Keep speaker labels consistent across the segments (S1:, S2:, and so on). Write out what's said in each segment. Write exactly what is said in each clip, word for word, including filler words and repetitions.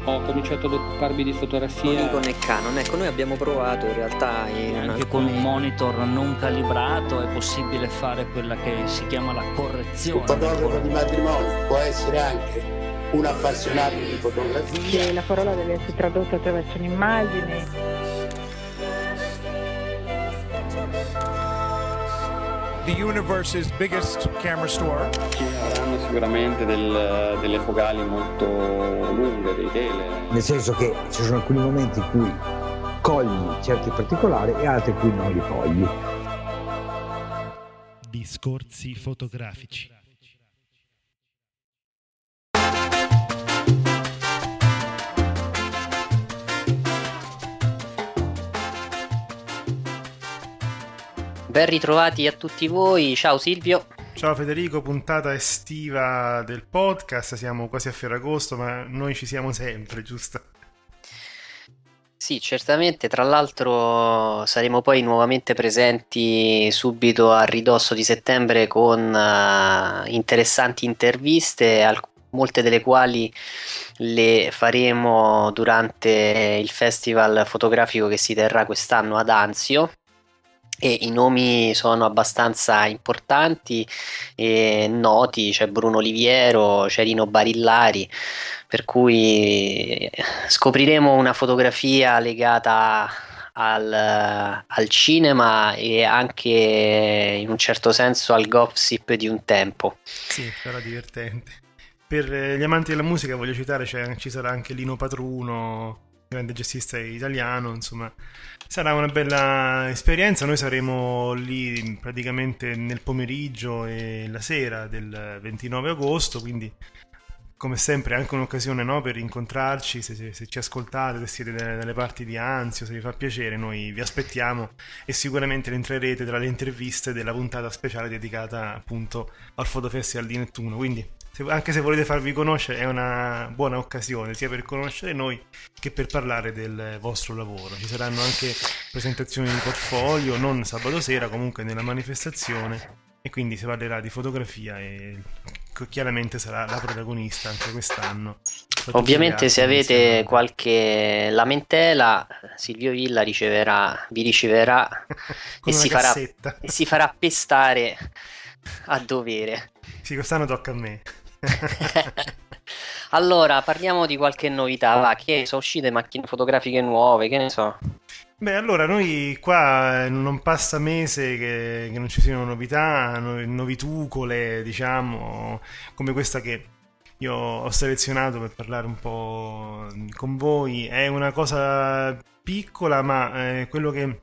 S1: Ho cominciato ad occuparmi di fotografia.
S2: Con Nikon e Canon, ecco, noi abbiamo provato in realtà in
S3: anche
S2: alcuni...
S3: con un monitor non calibrato è possibile fare quella che si chiama la correzione.
S4: Un fotografo di matrimonio può essere anche un appassionato di fotografia.
S5: La parola deve essere tradotta attraverso un'immagine.
S6: The universe's biggest camera store.
S1: Ci avranno sicuramente del, delle focali molto lunghe, dei tele.
S7: Nel senso che ci sono alcuni momenti in cui cogli certi particolari e altri in cui non li cogli.
S8: Discorsi fotografici.
S2: Ben ritrovati a tutti voi, ciao Silvio.
S9: Ciao Federico, puntata estiva del podcast, siamo quasi a Ferragosto, ma noi ci siamo sempre, giusto?
S2: Sì, certamente, tra l'altro saremo poi nuovamente presenti subito a ridosso di settembre con uh, interessanti interviste, alc- molte delle quali le faremo durante il festival fotografico che si terrà quest'anno ad Anzio. E i nomi sono abbastanza importanti e noti, c'è Bruno Oliviero, c'è Rino Barillari, per cui scopriremo una fotografia legata al, al cinema e anche in un certo senso al gossip di un tempo.
S9: Sì, sarà divertente. Per gli amanti della musica voglio citare, cioè, ci sarà anche Lino Patruno, grande jazzista italiano, insomma sarà una bella esperienza. Noi saremo lì praticamente nel pomeriggio e la sera del ventinove agosto, quindi come sempre anche un'occasione, no, per incontrarci. Se, se, se ci ascoltate, se siete dalle, dalle parti di Anzio, se vi fa piacere, noi vi aspettiamo e sicuramente entrerete tra le interviste della puntata speciale dedicata appunto al Fotofestival di Nettuno, quindi se, anche se volete farvi conoscere è una buona occasione sia per conoscere noi che per parlare del vostro lavoro. Ci saranno anche presentazioni di portfolio, non sabato sera, comunque nella manifestazione, e quindi si parlerà di fotografia e chiaramente sarà la protagonista anche quest'anno.
S2: Ovviamente se avete qualche lamentela, Silvio Villa riceverà, vi riceverà e si, farà, e si farà pestare a dovere.
S9: Sì, quest'anno tocca a me.
S2: Allora, parliamo di qualche novità, va, che sono uscite macchine fotografiche nuove, che ne so.
S9: Beh, allora, noi qua non passa mese che, che non ci siano novità, novitucole, diciamo, come questa che io ho selezionato per parlare un po' con voi. È una cosa piccola, ma eh, quello che,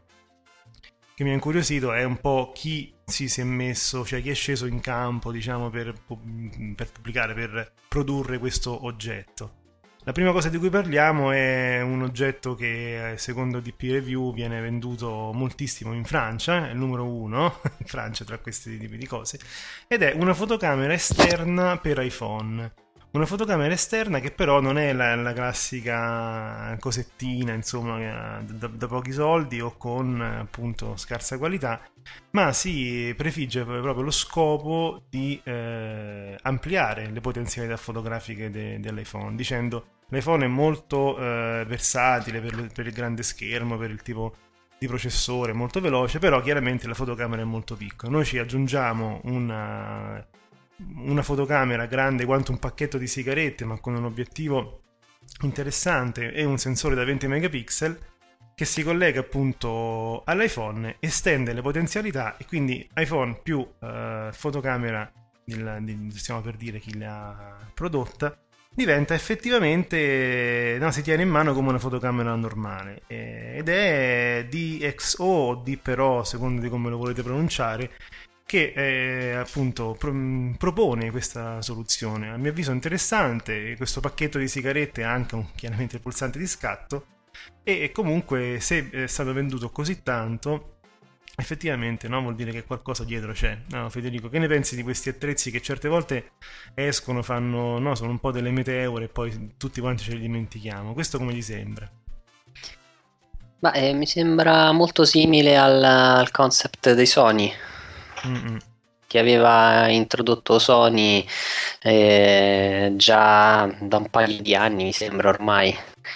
S9: che mi ha incuriosito è un po' chi si, si è messo, cioè chi è sceso in campo, diciamo, per, per pubblicare, per produrre questo oggetto. La prima cosa di cui parliamo è un oggetto che secondo D P Review viene venduto moltissimo in Francia, è il numero uno in Francia tra questi tipi di cose, ed è una fotocamera esterna per iPhone. Una fotocamera esterna che però non è la, la classica cosettina, insomma, da, da pochi soldi o con appunto scarsa qualità, ma si prefigge proprio lo scopo di eh, ampliare le potenzialità fotografiche de, dell'iPhone, dicendo l'iPhone è molto eh, versatile per, le, per il grande schermo, per il tipo di processore molto veloce, però chiaramente la fotocamera è molto piccola. Noi ci aggiungiamo una... una fotocamera grande quanto un pacchetto di sigarette, ma con un obiettivo interessante e un sensore da venti megapixel che si collega appunto all'iPhone, estende le potenzialità e quindi iPhone più eh, fotocamera, il, di, stiamo per dire chi l'ha prodotta, diventa effettivamente, no, si tiene in mano come una fotocamera normale, eh, ed è D X O o D però, secondo di come lo volete pronunciare, che eh, appunto pro- propone questa soluzione. A mio avviso interessante. Questo pacchetto di sigarette ha anche un, chiaramente il pulsante di scatto, e comunque se è stato venduto così tanto effettivamente, no, vuol dire che qualcosa dietro c'è. No, Federico, che ne pensi di questi attrezzi che certe volte escono, fanno, no, sono un po' delle meteore e poi tutti quanti ce li dimentichiamo? Questo come gli sembra?
S2: Ma eh, mi sembra molto simile al, al concept dei Sony.
S9: Mm-mm.
S2: che aveva introdotto Sony eh, già da un paio di anni, mi sembra ormai.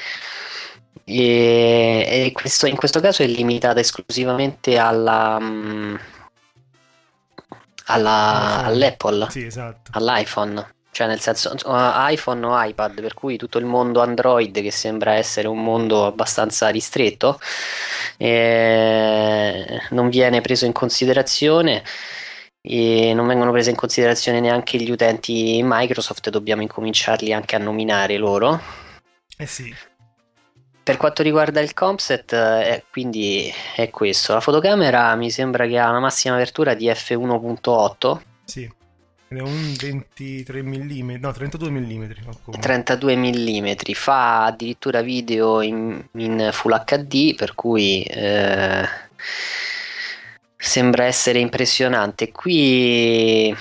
S2: E, e questo, in questo caso è limitata esclusivamente alla, um, alla all'Apple,
S9: sì, esatto.
S2: all'iPhone, cioè nel senso uh, iPhone o iPad, per cui tutto il mondo Android, che sembra essere un mondo abbastanza ristretto, eh, non viene preso in considerazione. E non vengono prese in considerazione neanche gli utenti Microsoft, dobbiamo incominciarli anche a nominare loro.
S9: Eh sì.
S2: Per quanto riguarda il comset, eh, quindi è questo. La fotocamera mi sembra che ha una massima apertura di effe uno punto otto.
S9: Sì, è un ventitré millimetri, no, trentadue millimetri.
S2: trentadue millimetri. Fa addirittura video in, in Full acca di, per cui eh, sembra essere impressionante. Qui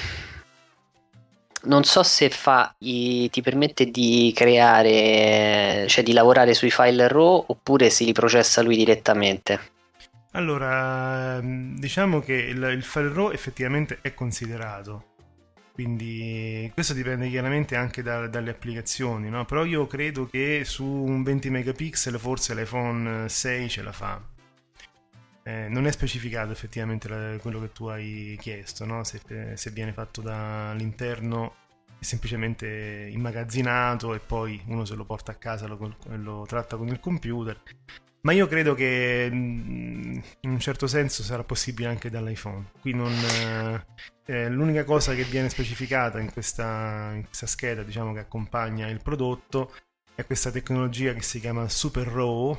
S2: non so se fa i, ti permette di creare, cioè di lavorare sui file RAW, oppure se li processa lui direttamente.
S9: Allora, diciamo che il, il file RAW effettivamente è considerato, quindi questo dipende chiaramente anche da, dalle applicazioni, no? Però io credo che su un venti megapixel forse l'iPhone sei ce la fa. Eh, non è specificato effettivamente la, quello che tu hai chiesto, no? se, se viene fatto dall'interno, è semplicemente immagazzinato e poi uno se lo porta a casa, lo, lo tratta con il computer, ma io credo che in un certo senso sarà possibile anche dall'iPhone. Qui non, eh, l'unica cosa che viene specificata in questa, in questa scheda, diciamo, che accompagna il prodotto, è questa tecnologia che si chiama Super RAW,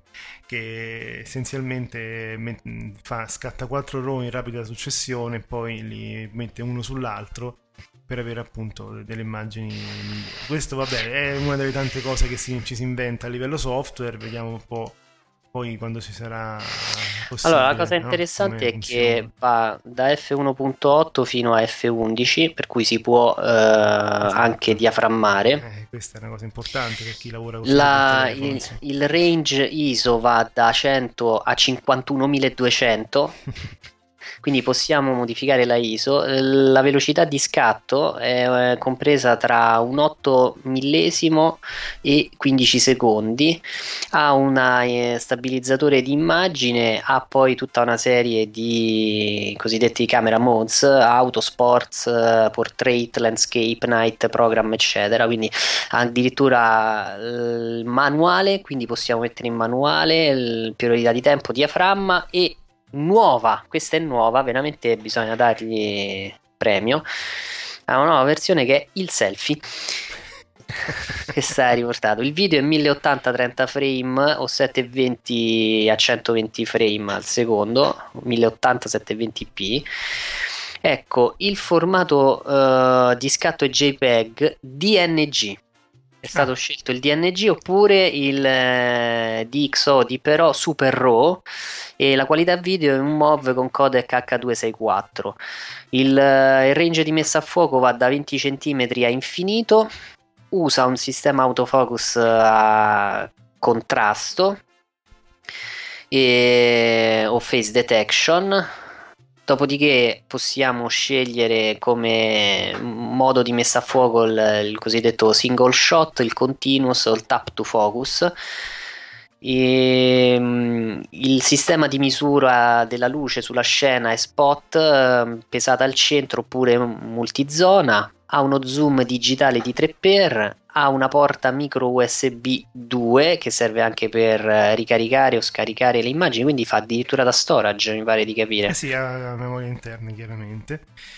S9: che essenzialmente fa, scatta quattro RAW in rapida successione e poi li mette uno sull'altro per avere appunto delle immagini migliori. Questo, vabbè, è una delle tante cose che si, ci si inventa a livello software, vediamo un po' poi quando ci sarà possibile.
S2: Allora, la cosa interessante, no? È che va da effe uno punto otto fino a effe undici, per cui si può eh, esatto. anche diaframmare.
S9: Eh, questa è una cosa importante per chi lavora con
S2: la,
S9: il, telefono,
S2: il,
S9: sì.
S2: il range I S O va da cento a cinquantunomiladuecento. Quindi possiamo modificare la I S O. La velocità di scatto è compresa tra un otto millesimo e quindici secondi. Ha un stabilizzatore di immagine, ha poi tutta una serie di cosiddetti camera modes, auto, sports, portrait, landscape, night, program, eccetera. Quindi addirittura il manuale, quindi possiamo mettere in manuale il priorità di tempo, diaframma, e nuova, questa è nuova, veramente bisogna dargli premio, ha una nuova versione che è il selfie che sta riportato. Il video è mille ottanta trenta frame o settecentoventi a centoventi frame al secondo, mille ottanta settecentoventi p. Ecco, il formato uh, di scatto è JPEG D N G. È stato ah. scelto il D N G oppure il eh, D X O D, però Super RAW, e la qualità video è un M O V con codec acca duecentosessantaquattro. Il, eh, il range di messa a fuoco va da venti centimetri a infinito, usa un sistema autofocus a contrasto e, o face detection. Dopodiché possiamo scegliere come modo di messa a fuoco il, il cosiddetto single shot, il continuous o il tap to focus. E, um, il sistema di misura della luce sulla scena è spot, uh, pesata al centro oppure multizona. Ha uno zoom digitale di tre x, ha una porta micro U S B due che serve anche per ricaricare o scaricare le immagini, quindi fa addirittura da storage, mi pare di capire.
S9: Eh sì, ha memoria interna chiaramente.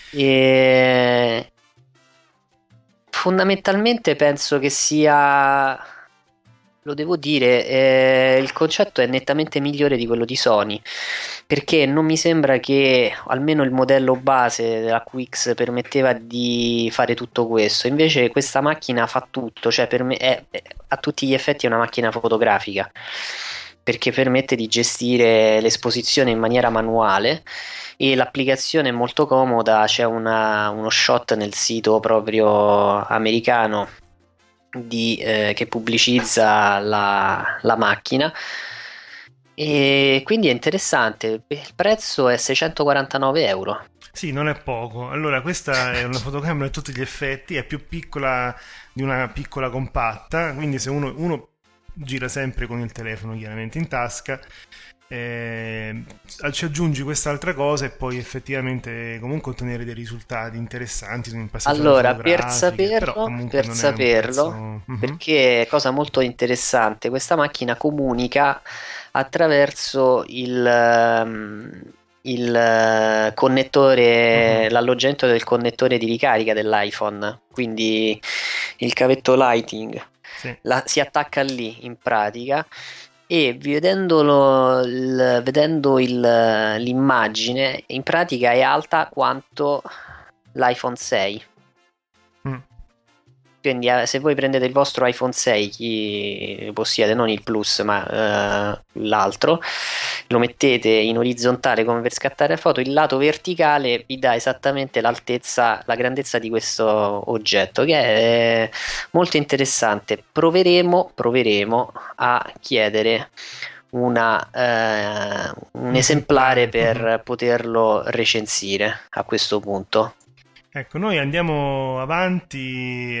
S2: E fondamentalmente penso che sia, lo devo dire, eh, il concetto è nettamente migliore di quello di Sony, perché non mi sembra che almeno il modello base della Q X permetteva di fare tutto questo. Invece questa macchina fa tutto, cioè per me è, è a tutti gli effetti è una macchina fotografica, perché permette di gestire l'esposizione in maniera manuale e l'applicazione è molto comoda. C'è una, uno shot nel sito proprio americano di, eh, che pubblicizza la, la macchina, e quindi è interessante. Il prezzo è seicentoquarantanove euro.
S9: Sì, non è poco. Allora, questa è una fotocamera a tutti gli effetti, è più piccola di una piccola compatta, quindi se uno, uno gira sempre con il telefono chiaramente in tasca, eh, ci aggiungi quest'altra cosa e puoi effettivamente comunque ottenere dei risultati interessanti su impastature
S2: Allora, per
S9: fotografiche, però
S2: saperlo,
S9: comunque
S2: per
S9: non è un
S2: saperlo,
S9: prezzo. Mhm.
S2: perché cosa molto interessante, questa macchina comunica attraverso il, ehm, il eh, connettore,
S9: Mhm.
S2: l'alloggiamento del connettore di ricarica dell'iPhone, quindi il cavetto Lighting.
S9: Sì.
S2: La- si attacca lì in pratica e vedendolo, il- vedendo il- l'immagine, in pratica è alta quanto l'iPhone sei.
S9: Mm.
S2: Quindi eh, se voi prendete il vostro iPhone sei, chi possiede, non il Plus ma eh, l'altro, lo mettete in orizzontale come per scattare foto, il lato verticale vi dà esattamente l'altezza, la grandezza di questo oggetto, che è molto interessante. Proveremo, proveremo a chiedere una, eh, un
S9: Un
S2: esemplare
S9: esemplare,
S2: per
S9: mhm.
S2: poterlo recensire a questo punto.
S9: Ecco, noi andiamo avanti.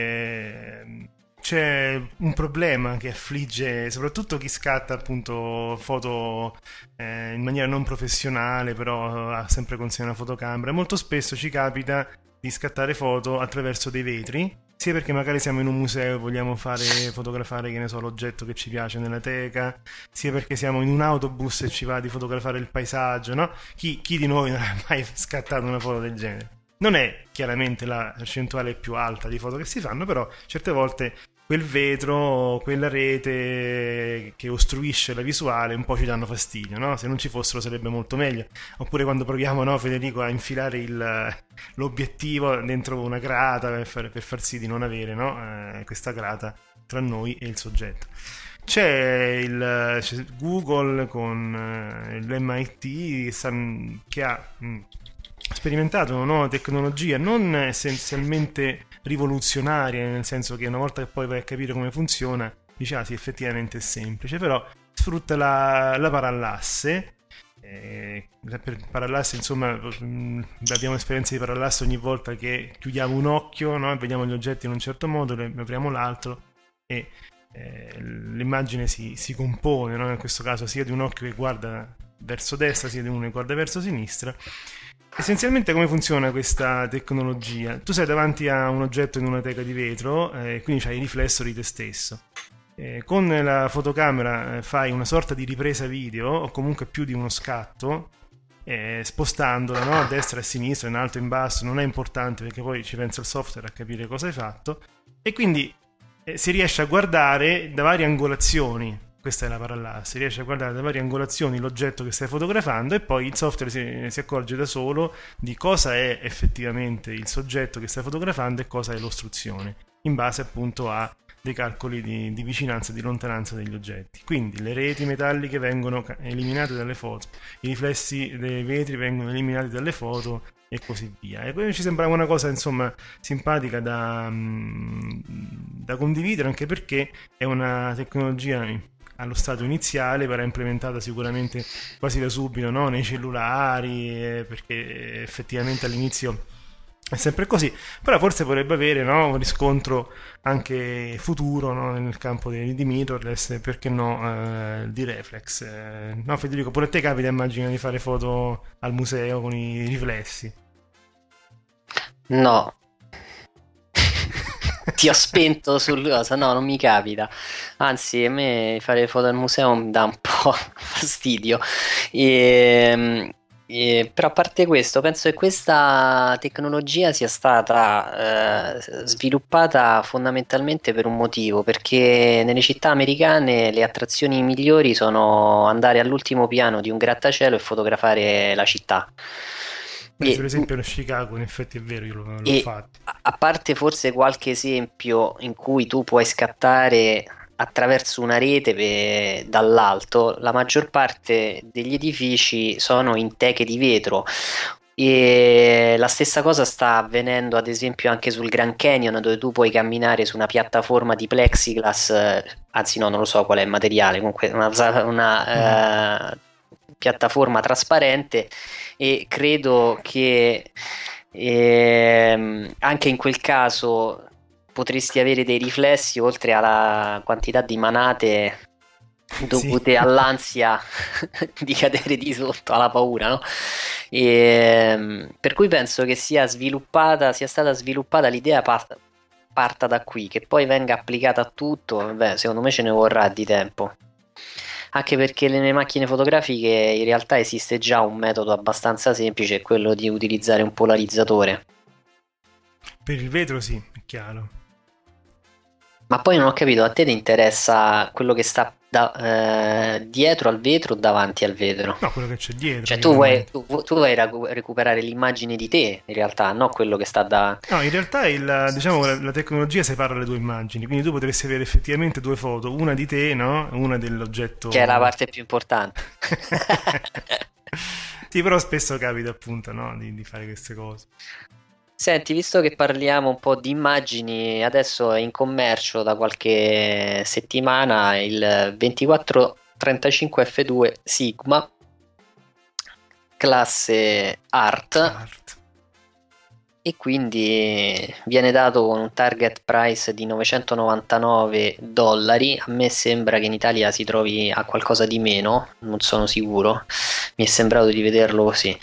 S9: E c'è un problema che affligge soprattutto chi scatta appunto foto eh, in maniera non professionale, però ha sempre con sé una fotocamera. Molto spesso ci capita di scattare foto attraverso dei vetri, sia perché magari siamo in un museo e vogliamo fare fotografare, che ne so, l'oggetto che ci piace nella teca, sia perché siamo in un autobus e ci va di fotografare il paesaggio, no? Chi, chi di noi non ha mai scattato una foto del genere? Non è chiaramente la percentuale più alta di foto che si fanno, però certe volte quel vetro, quella rete che ostruisce la visuale un po' ci danno fastidio, no? Se non ci fossero sarebbe molto meglio. Oppure quando proviamo, no, Federico, a infilare il, l'obiettivo dentro una grata per far, per far sì di non avere, no, eh, questa grata tra noi e il soggetto. C'è, il, c'è Google con eh, l'M I T che ha mh, sperimentato una nuova tecnologia non essenzialmente rivoluzionaria, nel senso che una volta che poi vai a capire come funziona dici ah sì, effettivamente è semplice, però sfrutta la, la parallasse. Eh, per parallasse, insomma, mh, abbiamo esperienze di parallasse ogni volta che chiudiamo un occhio, no? E vediamo gli oggetti in un certo modo, ne apriamo l'altro e eh, l'immagine si, si compone, no? In questo caso sia di un occhio che guarda verso destra sia di uno che guarda verso sinistra. Essenzialmente come funziona questa tecnologia? Tu sei davanti a un oggetto in una teca di vetro e eh, quindi c'hai il riflesso di te stesso. Eh, con la fotocamera eh, fai una sorta di ripresa video o comunque più di uno scatto, eh, spostandola, no? A destra e a sinistra, in alto e in basso, non è importante perché poi ci pensa il software a capire cosa hai fatto, e quindi eh, si riesce a guardare da varie angolazioni. Questa è la parallasse, si riesce a guardare da varie angolazioni l'oggetto che stai fotografando e poi il software si, si accorge da solo di cosa è effettivamente il soggetto che stai fotografando e cosa è l'ostruzione, in base appunto a dei calcoli di, di vicinanza e di lontananza degli oggetti. Quindi le reti metalliche vengono eliminate dalle foto, i riflessi dei vetri vengono eliminati dalle foto e così via. E poi ci sembrava una cosa insomma simpatica da, da condividere, anche perché è una tecnologia allo stato iniziale, verrà implementata sicuramente quasi da subito, no? Nei cellulari, eh, perché effettivamente all'inizio è sempre così, però forse potrebbe avere, no, un riscontro anche futuro, no? Nel campo di, di mirrorless, perché no, eh, di reflex. Eh, no, Federico, pure a te capita, immagino, di fare foto al museo con i riflessi?
S2: No. Ti ho spento sul cosa, no, non mi capita. Anzi, a me fare foto al museo mi dà un po' fastidio. E, e, però a parte questo, penso che questa tecnologia sia stata eh, sviluppata fondamentalmente per un motivo, perché nelle città americane le attrazioni migliori sono andare all'ultimo piano di un grattacielo e fotografare la città.
S9: Beh,
S2: E,
S9: per esempio a Chicago, in effetti è vero, io l'ho, l'ho
S2: e
S9: fatto.
S2: a parte forse qualche esempio in cui tu puoi scattare attraverso una rete per, dall'alto, la maggior parte degli edifici sono in teche di vetro. E la stessa cosa sta avvenendo ad esempio anche sul Grand Canyon, dove tu puoi camminare su una piattaforma di plexiglass, eh, anzi no, non lo so qual è il materiale, comunque una, una mm. eh, piattaforma trasparente, e credo che ehm, anche in quel caso potresti avere dei riflessi, oltre alla quantità di manate dovute sì. all'ansia di cadere di sotto, alla paura, no? E, per cui penso che sia sviluppata, sia stata sviluppata l'idea parta, parta da qui, che poi venga applicata a tutto. Beh, secondo me ce ne vorrà di tempo, anche perché nelle macchine fotografiche in realtà esiste già un metodo abbastanza semplice, quello di utilizzare un polarizzatore.
S9: Per il vetro sì, è chiaro.
S2: Ma poi non ho capito, a te ti interessa quello che sta da, eh, dietro al vetro o davanti al vetro?
S9: No, quello che c'è dietro.
S2: Cioè tu vuoi, tu, tu vuoi recuperare l'immagine di te, in realtà, no quello che sta da...
S9: No, in realtà il, diciamo, la, la tecnologia separa le due immagini, quindi tu potresti avere effettivamente due foto, una di te, no? Una dell'oggetto...
S2: Che è la parte più importante.
S9: Sì, però spesso capita appunto, no? Di, di fare queste cose.
S2: Senti, visto che parliamo un po' di immagini, adesso è in commercio da qualche settimana il ventiquattro trentacinque effe due Sigma classe Art, Art e quindi viene dato con un target price di novecentonovantanove dollari. A me sembra che in Italia si trovi a qualcosa di meno, non sono sicuro, mi è sembrato di vederlo così.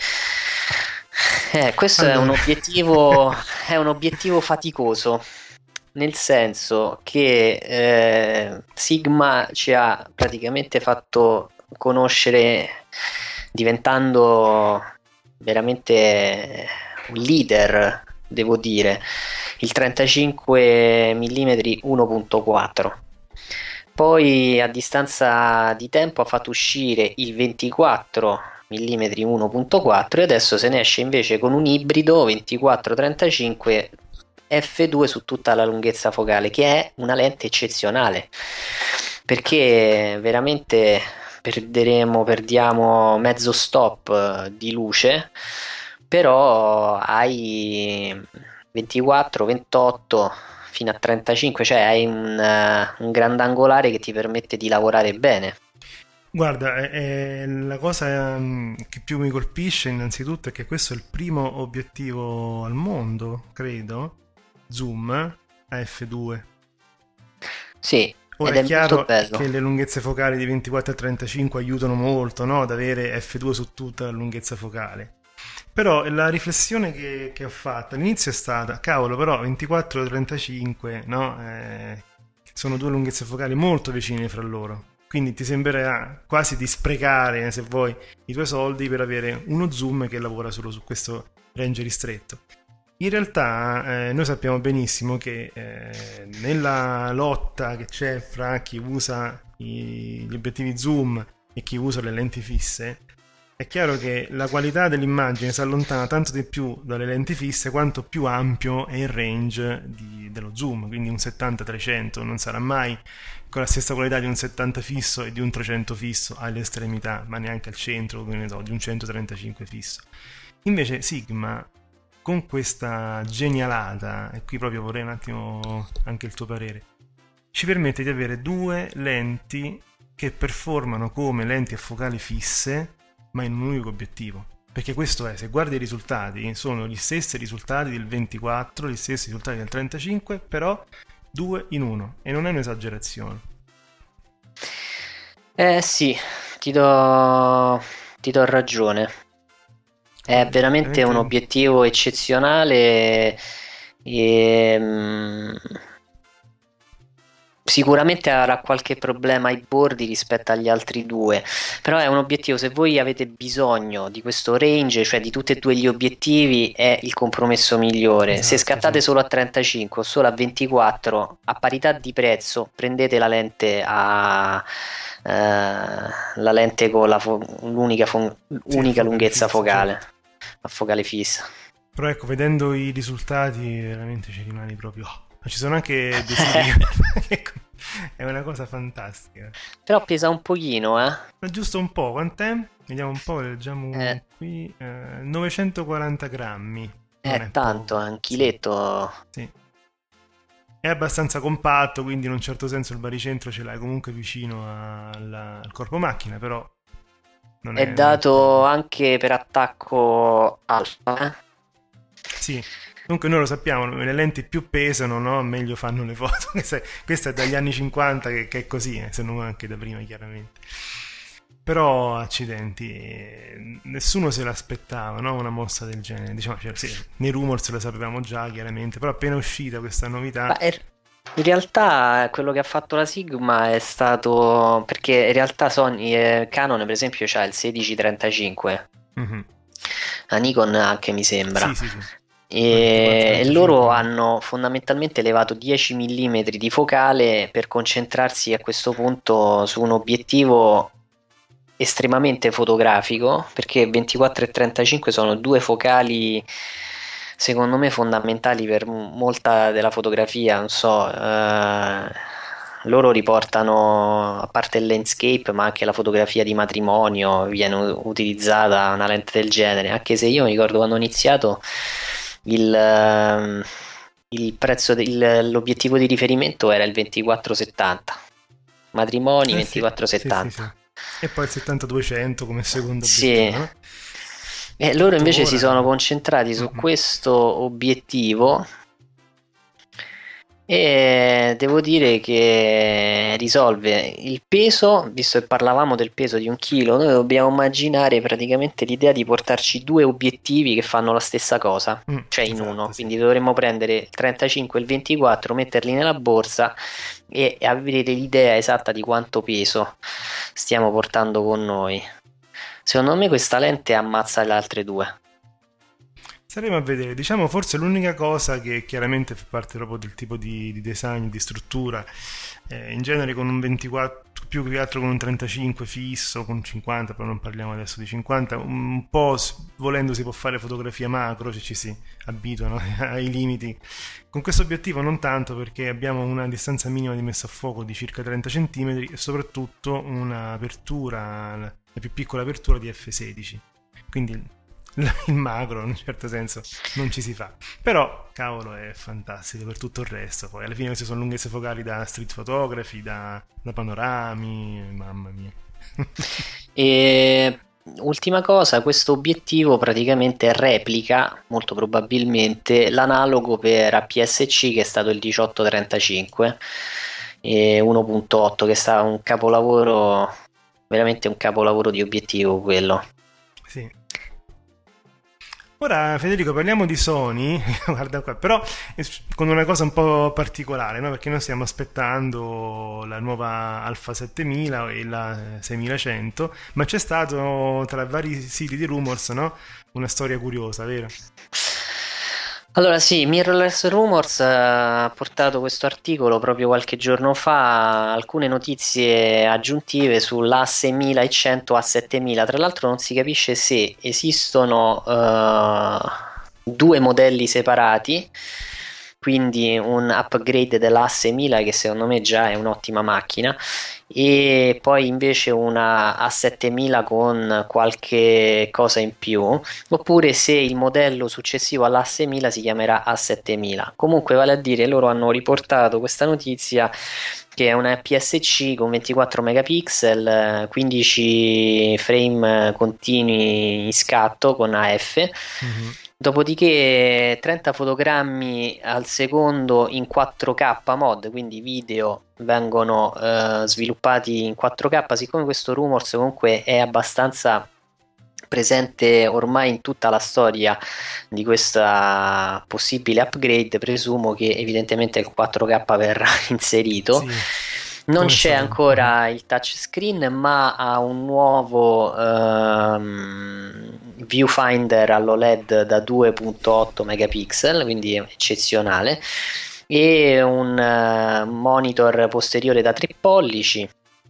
S2: Eh, questo allora. è un obiettivo è un obiettivo faticoso, nel senso che eh, Sigma ci ha praticamente fatto conoscere, diventando veramente un leader, devo dire, il trentacinque millimetri uno punto quattro. Poi a distanza di tempo ha fatto uscire il ventiquattro millimetri uno punto quattro e adesso se ne esce invece con un ibrido ventiquattro trentacinque effe due su tutta la lunghezza focale, che è una lente eccezionale, perché veramente perderemo perdiamo mezzo stop di luce, però hai ventiquattro ventotto fino a trentacinque, cioè hai un, un grandangolare che ti permette di lavorare bene.
S9: Guarda, è, è la cosa che più mi colpisce innanzitutto è che questo è il primo obiettivo al mondo, credo, zoom a effe due.
S2: Sì,
S9: ora
S2: ed
S9: è,
S2: è
S9: chiaro
S2: bello.
S9: Che le lunghezze focali di ventiquattro e trentacinque aiutano molto, no, ad avere effe due su tutta la lunghezza focale. Però la riflessione che, che ho fatto all'inizio è stata, cavolo, però ventiquattro e trentacinque, no, eh, sono due lunghezze focali molto vicine fra loro. Quindi ti sembrerà quasi di sprecare, se vuoi, i tuoi soldi per avere uno zoom che lavora solo su questo range ristretto. In realtà eh, noi sappiamo benissimo che eh, nella lotta che c'è fra chi usa i, gli obiettivi zoom e chi usa le lenti fisse, è chiaro che la qualità dell'immagine si allontana tanto di più dalle lenti fisse quanto più ampio è il range di, dello zoom. Quindi un settanta trecento non sarà mai con la stessa qualità di un settanta fisso e di un trecento fisso alle estremità, ma neanche al centro, che ne so, di un centotrentacinque fisso. Invece Sigma, con questa genialata, e qui proprio vorrei un attimo anche il tuo parere, ci permette di avere due lenti che performano come lenti a focali fisse, ma in un unico obiettivo. Perché questo è, se guardi i risultati, sono gli stessi risultati del ventiquattro, gli stessi risultati del trentacinque, però due in uno, e non è un'esagerazione.
S2: Eh sì, ti do, ti do ragione. È veramente un obiettivo eccezionale e mm, sicuramente avrà qualche problema ai bordi rispetto agli altri due, però è un obiettivo, se voi avete bisogno di questo range, cioè di tutti e due gli obiettivi, è il compromesso migliore. Esatto, se scattate sì. solo a trentacinque o solo a ventiquattro, a parità di prezzo prendete la lente a eh, la lente con la fo- l'unica, fo- sì, unica lunghezza fissa, focale, certo. A focale fissa.
S9: Però ecco, vedendo i risultati veramente ci rimani proprio... Ma ci sono anche dei siti che... È una cosa fantastica.
S2: Però pesa un pochino, eh?
S9: Ma giusto un po', quant'è? Vediamo un po', leggiamo eh. qui. Eh, novecentoquaranta grammi.
S2: È, è tanto, è un chiletto.
S9: Sì. È abbastanza compatto, quindi in un certo senso il baricentro ce l'hai comunque vicino alla, al corpo macchina, però Non
S2: è,
S9: è
S2: dato anche per attacco alfa, eh?
S9: Sì. Comunque noi lo sappiamo, le lenti più pesano, no? Meglio fanno le foto. Questa è dagli anni cinquanta che, che è così, eh, se non anche da prima chiaramente. Però accidenti, nessuno se l'aspettava, no? Una mossa del genere. Diciamo, cioè, sì, nei rumors lo sapevamo già chiaramente, però appena uscita questa novità...
S2: Ma è- in realtà quello che ha fatto la Sigma è stato perché in realtà Sony eh, Canon per esempio c'ha il sedici trentacinque,
S9: Mhm.
S2: la Nikon anche mi sembra.
S9: Sì, sì, sì.
S2: E, e
S9: ventiquattro
S2: loro
S9: trentacinque.
S2: hanno fondamentalmente levato dieci millimetri di focale per concentrarsi a questo punto su un obiettivo estremamente fotografico, perché ventiquattro e trentacinque sono due focali secondo me fondamentali per m- molta della fotografia, non so, eh, loro riportano, a parte il landscape, ma anche la fotografia di matrimonio, viene u- utilizzata una lente del genere, anche se io mi ricordo quando ho iniziato il, ehm, il prezzo del- l'obiettivo di riferimento era il ventiquattro settanta, matrimoni
S9: Eh sì,
S2: ventiquattro settanta.
S9: sì, sì, sì. E poi il settanta duecento come secondo
S2: Sì.
S9: obiettivo, no?
S2: E loro invece si
S9: Tuttora-
S2: sono concentrati su
S9: Mhm.
S2: questo obiettivo e devo dire che risolve il peso, visto che parlavamo del peso di un chilo, noi dobbiamo immaginare praticamente l'idea di portarci due obiettivi che fanno la stessa cosa,
S9: Mm,
S2: cioè in
S9: esatto,
S2: uno,
S9: sì.
S2: quindi dovremmo prendere il trentacinque e il ventiquattro, metterli nella borsa e avere l'idea esatta di quanto peso stiamo portando con noi. Secondo me questa lente ammazza le altre due.
S9: Saremo a vedere, diciamo forse l'unica cosa che chiaramente fa parte proprio del tipo di, di design, di struttura, eh, in genere con un ventiquattro, più che altro con un trentacinque fisso, con cinquanta, però non parliamo adesso di cinquanta, un po' s- volendo si può fare fotografia macro, cioè ci si abituano ai limiti. Con questo obiettivo non tanto, perché abbiamo una distanza minima di messa a fuoco di circa trenta centimetri e soprattutto un'apertura, la più piccola apertura di effe sedici, quindi il macro in un certo senso non ci si fa, però cavolo è fantastico per tutto il resto. Poi alla fine queste sono lunghezze focali da street photography, da, da panorami, mamma mia.
S2: E ultima cosa, questo obiettivo praticamente replica molto probabilmente l'analogo per A P S C che è stato il diciotto trentacinque e uno punto otto, che è stato un capolavoro, veramente un capolavoro di obiettivo quello.
S9: Sì. Ora Federico parliamo di Sony, guarda qua, però con una cosa un po' particolare, no? Perché noi stiamo aspettando la nuova Alpha settemila e la seimilacento, ma c'è stato tra vari siti di rumors, no? Una storia curiosa, vero?
S2: Allora sì, Mirrorless Rumors eh, ha portato questo articolo proprio qualche giorno fa, alcune notizie aggiuntive sull'A seimilacento A settemila. Tra l'altro non si capisce se esistono eh, due modelli separati, quindi un upgrade dell'A seimila che secondo me già è un'ottima macchina, e poi invece una A settemila con qualche cosa in più, oppure se il modello successivo all'A seimila si chiamerà A settemila. Comunque vale a dire, loro hanno riportato questa notizia che è una A P S C con ventiquattro megapixel, quindici frame continui in scatto con A F.
S9: Mm-hmm.
S2: Dopodiché trenta fotogrammi al secondo in quattro K mod, quindi i video vengono eh, sviluppati in quattro K. Siccome questo rumors comunque è abbastanza presente ormai in tutta la storia di questa possibile upgrade, presumo che evidentemente il quattro K verrà inserito.
S9: Sì.
S2: Non
S9: Come
S2: c'è
S9: sono?
S2: ancora il touchscreen, ma ha un nuovo ehm, viewfinder all'O L E D da due punto otto megapixel, quindi è eccezionale, e un uh, monitor posteriore da tre pollici,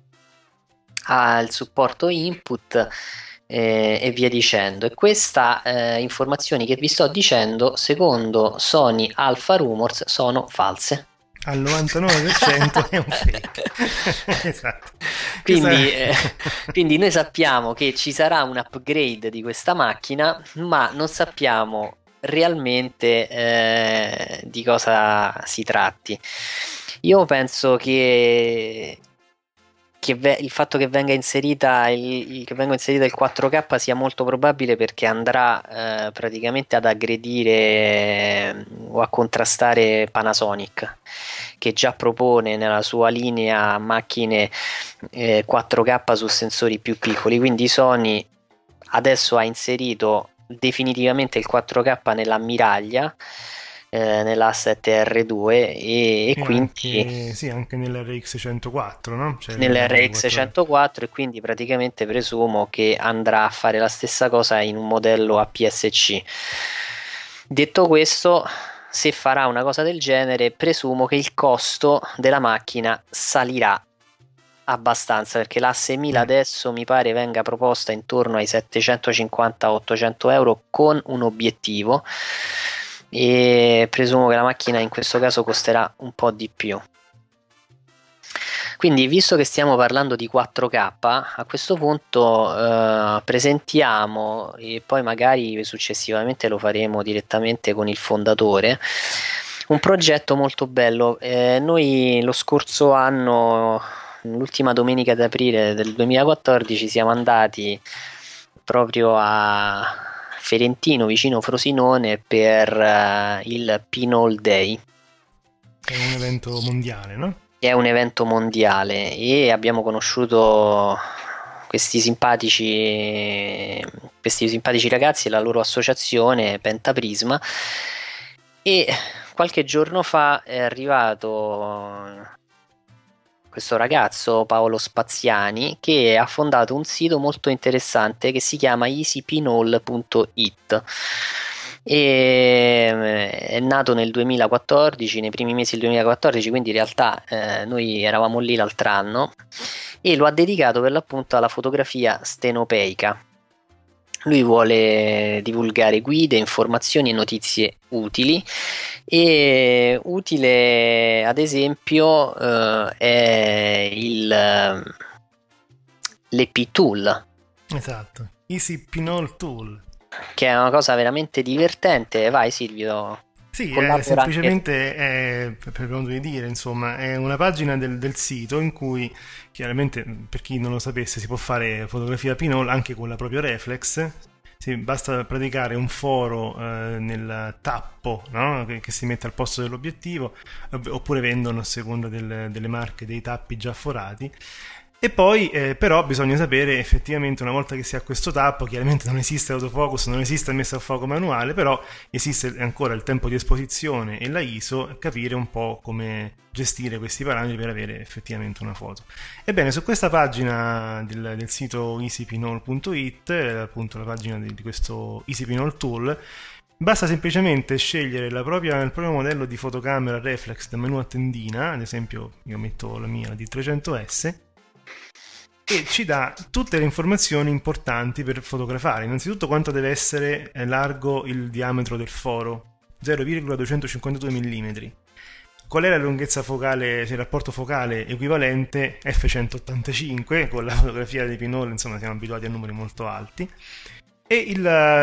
S2: ha il supporto input eh, e via dicendo. E queste eh, informazioni che vi sto dicendo, secondo Sony Alpha Rumors, sono false.
S9: Al novantanove per cento è un fake. Esatto.
S2: Quindi,
S9: Questa...
S2: eh, quindi noi sappiamo che ci sarà un upgrade di questa macchina, ma non sappiamo realmente eh, di cosa si tratti. Io penso che che ve- il fatto che venga inserita il, il- che venga inserita il quattro K sia molto probabile, perché andrà eh, praticamente ad aggredire eh, o a contrastare Panasonic, che già propone nella sua linea macchine eh, quattro K su sensori più piccoli. Quindi Sony adesso ha inserito definitivamente il quattro K nell'ammiraglia, eh, nell'Asset R due, e, e
S9: E
S2: quindi
S9: anche, sì, anche nell'R X centoquattro, no? Cioè,
S2: nell'R X centoquattro, e quindi praticamente presumo che andrà a fare la stessa cosa in un modello A P S C. Detto questo, se farà una cosa del genere, presumo che il costo della macchina salirà abbastanza, perché la seimila adesso mi pare venga proposta intorno ai settecentocinquanta ottocento euro con un obiettivo, e presumo che la macchina in questo caso costerà un po' di più. Quindi, visto che stiamo parlando di quattro K, a questo punto eh, presentiamo, e poi magari successivamente lo faremo direttamente con il fondatore, un progetto molto bello. Eh, noi lo scorso anno, l'ultima domenica d'aprile del duemilaquattordici, siamo andati proprio a Ferentino, vicino Frosinone, per uh, il Pinhole Day.
S9: È un evento mondiale, no?
S2: È un evento mondiale, e abbiamo conosciuto questi simpatici questi simpatici ragazzi e la loro associazione Pentaprisma, e qualche giorno fa è arrivato questo ragazzo Paolo Spaziani, che ha fondato un sito molto interessante che si chiama easy pinhole punto it, e è nato nel duemilaquattordici, nei primi mesi del duemilaquattordici, quindi in realtà eh, noi eravamo lì l'altro anno, e lo ha dedicato per l'appunto alla fotografia stenopeica. Lui vuole divulgare guide, informazioni e notizie utili, e utile ad esempio eh, è il l'E P Tool.
S9: Esatto, Easy Pinhole Tool,
S2: che è una cosa veramente divertente. Vai Silvio.
S9: Sì, è semplicemente, è, per modo di dire, insomma, è una pagina del, del sito in cui, chiaramente, per chi non lo sapesse, si può fare fotografia pinhole anche con la propria reflex. Sì, basta praticare un foro eh, nel tappo, no? che, che si mette al posto dell'obiettivo, oppure vendono a seconda del, delle marche dei tappi già forati. E poi eh, però bisogna sapere effettivamente, una volta che si ha questo tappo, chiaramente non esiste autofocus, non esiste messa a fuoco manuale, però esiste ancora il tempo di esposizione e la I S O, capire un po' come gestire questi parametri per avere effettivamente una foto. Ebbene, su questa pagina del, del sito easy pinhole punto it, appunto la pagina di, di questo Easy Pinhole Tool, basta semplicemente scegliere la propria, il proprio modello di fotocamera reflex da menu a tendina. Ad esempio io metto la mia, la D trecento S, e ci dà tutte le informazioni importanti per fotografare. Innanzitutto quanto deve essere largo il diametro del foro, zero virgola duecentocinquantadue millimetri. Qual è la lunghezza focale, cioè il rapporto focale equivalente, effe centottantacinque, con la fotografia dei pinhole, insomma siamo abituati a numeri molto alti, e il,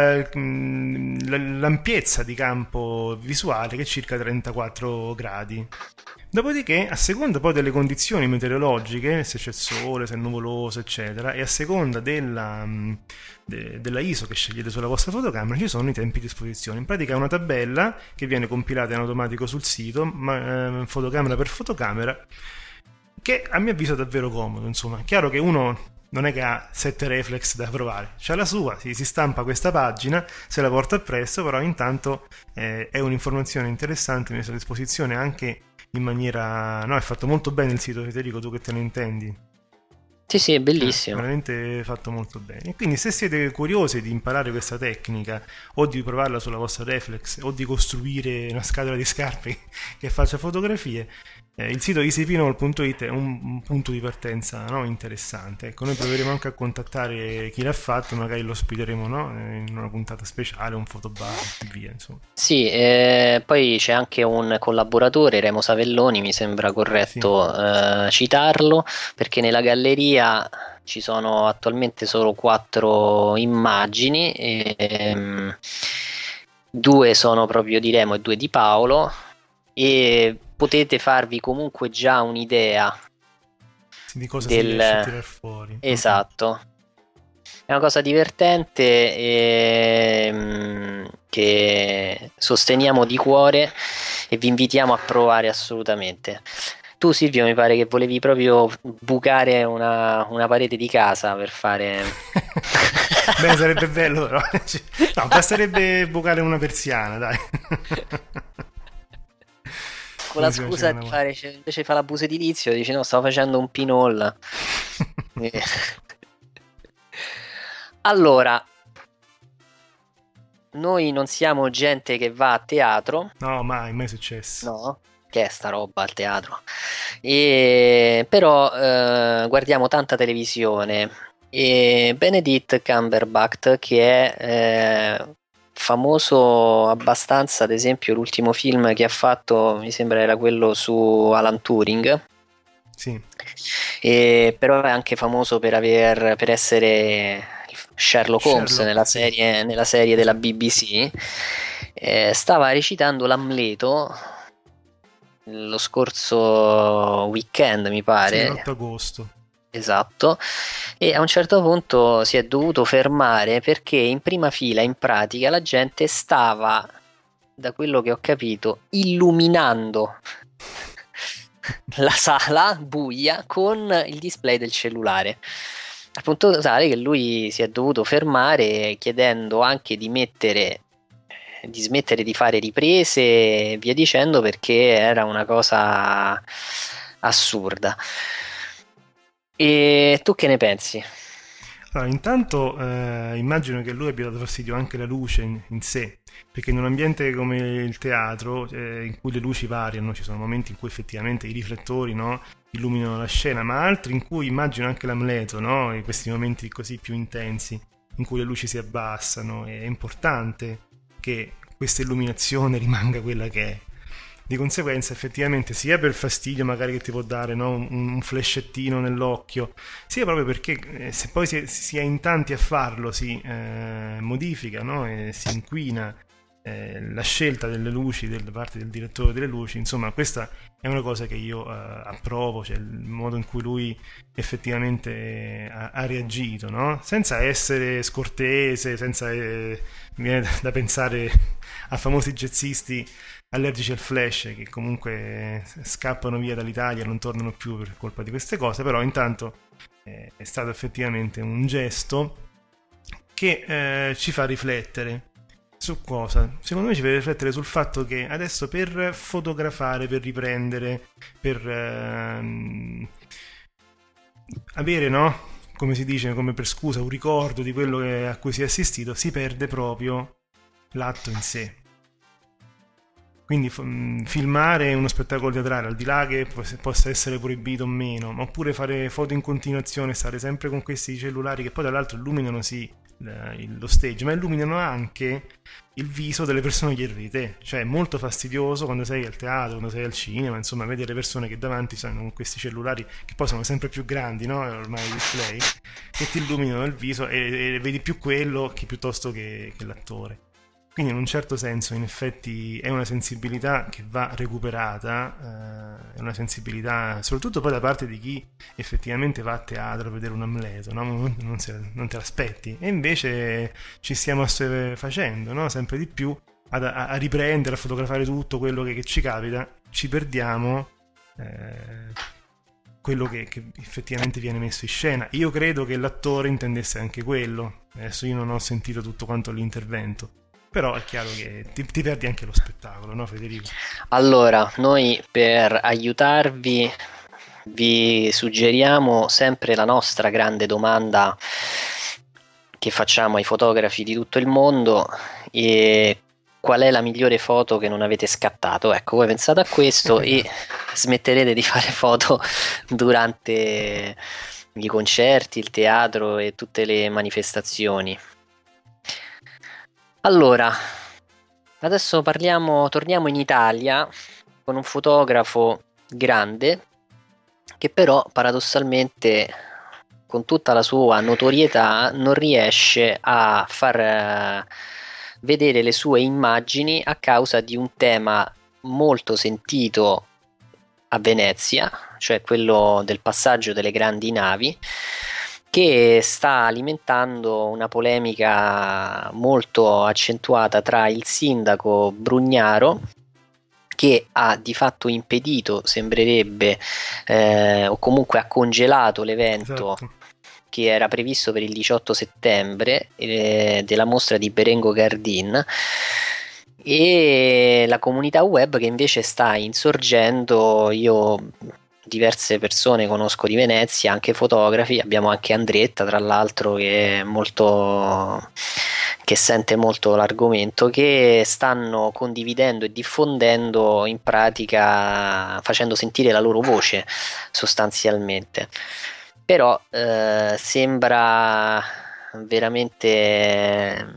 S9: l'ampiezza di campo visuale, che è circa trentaquattro gradi. Dopodiché, a seconda poi delle condizioni meteorologiche, se c'è sole, se è nuvoloso, eccetera, e a seconda della, de, della I S O che scegliete sulla vostra fotocamera, ci sono i tempi di esposizione. In pratica è una tabella che viene compilata in automatico sul sito, ma, eh, fotocamera per fotocamera, che a mio avviso è davvero comodo. Insomma, è chiaro che uno non è che ha sette reflex da provare, c'ha la sua, si, si stampa questa pagina, se la porta appresso, però intanto eh, è un'informazione interessante messa a disposizione anche in maniera... no, è fatto molto bene il sito, Federico, tu che te ne intendi.
S2: Sì, sì, è bellissimo.
S9: È veramente fatto molto bene. E quindi se siete curiosi di imparare questa tecnica, o di provarla sulla vostra reflex, o di costruire una scatola di scarpe che faccia fotografie, eh, il sito easy pinhole punto it è un, un punto di partenza, no, interessante. Ecco, noi proveremo anche a contattare chi l'ha fatto, magari lo ospiteremo, no, in una puntata speciale, un fotobar e via, insomma.
S2: Sì, eh, poi c'è anche un collaboratore, Remo Savelloni, mi sembra corretto sì. eh, citarlo, perché nella galleria ci sono attualmente solo quattro immagini, e, um, due sono proprio di Remo e due di Paolo, e potete farvi comunque già un'idea
S9: di cosa
S2: del...
S9: si riesce a tirar fuori.
S2: Esatto. È una cosa divertente e, che sosteniamo di cuore e vi invitiamo a provare assolutamente. Tu, Silvio, mi pare che volevi proprio bucare una, una parete di casa per fare...
S9: Beh, sarebbe bello però. No, basterebbe bucare una persiana, dai.
S2: Con la scusa di fare, invece di fare l'abuso edilizio, dici no, stavo facendo un pinol. Allora, noi non siamo gente che va a teatro.
S9: No, mai, mai successo.
S2: No, che è sta roba al teatro. E però eh, guardiamo tanta televisione. E Benedict Cumberbatch, che è eh, famoso abbastanza, ad esempio l'ultimo film che ha fatto mi sembra era quello su Alan Turing.
S9: Sì.
S2: E però è anche famoso per aver per essere Sherlock Holmes
S9: Sherlock,
S2: nella
S9: sì.
S2: serie, nella serie della B B C. Eh, stava recitando l'Amleto lo scorso weekend, mi pare.
S9: Sì, l'otto agosto.
S2: Esatto, e a un certo punto si è dovuto fermare perché in prima fila, in pratica, la gente stava, da quello che ho capito, illuminando la sala buia con il display del cellulare, al punto tale che lui si è dovuto fermare chiedendo anche di mettere di smettere di fare riprese e via dicendo, perché era una cosa assurda. E tu che ne pensi?
S9: Allora, intanto eh, immagino che lui abbia dato fastidio anche la luce in, in sé, perché in un ambiente come il teatro, eh, in cui le luci variano, ci sono momenti in cui effettivamente i riflettori, no, illuminano la scena, ma altri in cui immagino anche l'Amleto, no, in questi momenti così più intensi, in cui le luci si abbassano, è importante che questa illuminazione rimanga quella che è. Di conseguenza, effettivamente, sia per fastidio magari che ti può dare, no, un, un flashettino nell'occhio, sia proprio perché eh, se poi si, si è in tanti a farlo si eh, modifica, no, e si inquina eh, la scelta delle luci da parte del direttore delle luci. Insomma, questa è una cosa che io eh, approvo, cioè il modo in cui lui effettivamente eh, ha, ha reagito, no? Senza essere scortese, senza eh, mi viene da pensare a famosi jazzisti allergici al flash che comunque scappano via dall'Italia, non tornano più per colpa di queste cose. Però intanto eh, è stato effettivamente un gesto che eh, ci fa riflettere su cosa? Secondo me ci fa riflettere sul fatto che adesso per fotografare, per riprendere, per ehm, avere, no, come si dice, come per scusa, un ricordo di quello che, a cui si è assistito, si perde proprio l'atto in sé. Quindi f- filmare uno spettacolo teatrale, al di là che possa essere proibito o meno, ma oppure fare foto in continuazione, stare sempre con questi cellulari che poi tra l'altro illuminano sì lo stage, ma illuminano anche il viso delle persone dietro di te. Cioè è molto fastidioso quando sei al teatro, quando sei al cinema, insomma, vedere le persone che davanti stanno con questi cellulari che poi sono sempre più grandi, no? Ormai i display che ti illuminano il viso e, e vedi più quello che piuttosto che, che l'attore. Quindi in un certo senso in effetti è una sensibilità che va recuperata, eh, è una sensibilità soprattutto poi da parte di chi effettivamente va a teatro a vedere un Amleto, no? non, non, si, non te l'aspetti, e invece ci stiamo facendo, no? Sempre di più a, a riprendere, a fotografare tutto quello che, che ci capita, ci perdiamo eh, quello che, che effettivamente viene messo in scena. Io credo che l'attore intendesse anche quello, adesso io non ho sentito tutto quanto l'intervento, però è chiaro che ti, ti perdi anche lo spettacolo, no Federico?
S2: Allora, noi per aiutarvi vi suggeriamo sempre la nostra grande domanda che facciamo ai fotografi di tutto il mondo: e qual è la migliore foto che non avete scattato? Ecco, voi pensate a questo e smetterete di fare foto durante i concerti, il teatro e tutte le manifestazioni. Allora, adesso parliamo, torniamo in Italia con un fotografo grande che però paradossalmente, con tutta la sua notorietà, non riesce a far vedere le sue immagini a causa di un tema molto sentito a Venezia, cioè quello del passaggio delle grandi navi, che sta alimentando una polemica molto accentuata tra il sindaco Brugnaro, che ha di fatto impedito, sembrerebbe, eh, o comunque ha congelato l'evento, esatto, che era previsto per il diciotto settembre eh, della mostra di Berengo Gardin, e la comunità web che invece sta insorgendo. Io diverse persone conosco di Venezia, anche fotografi, abbiamo anche Andretta tra l'altro che è molto che sente molto l'argomento, che stanno condividendo e diffondendo, in pratica facendo sentire la loro voce sostanzialmente. Però eh, sembra veramente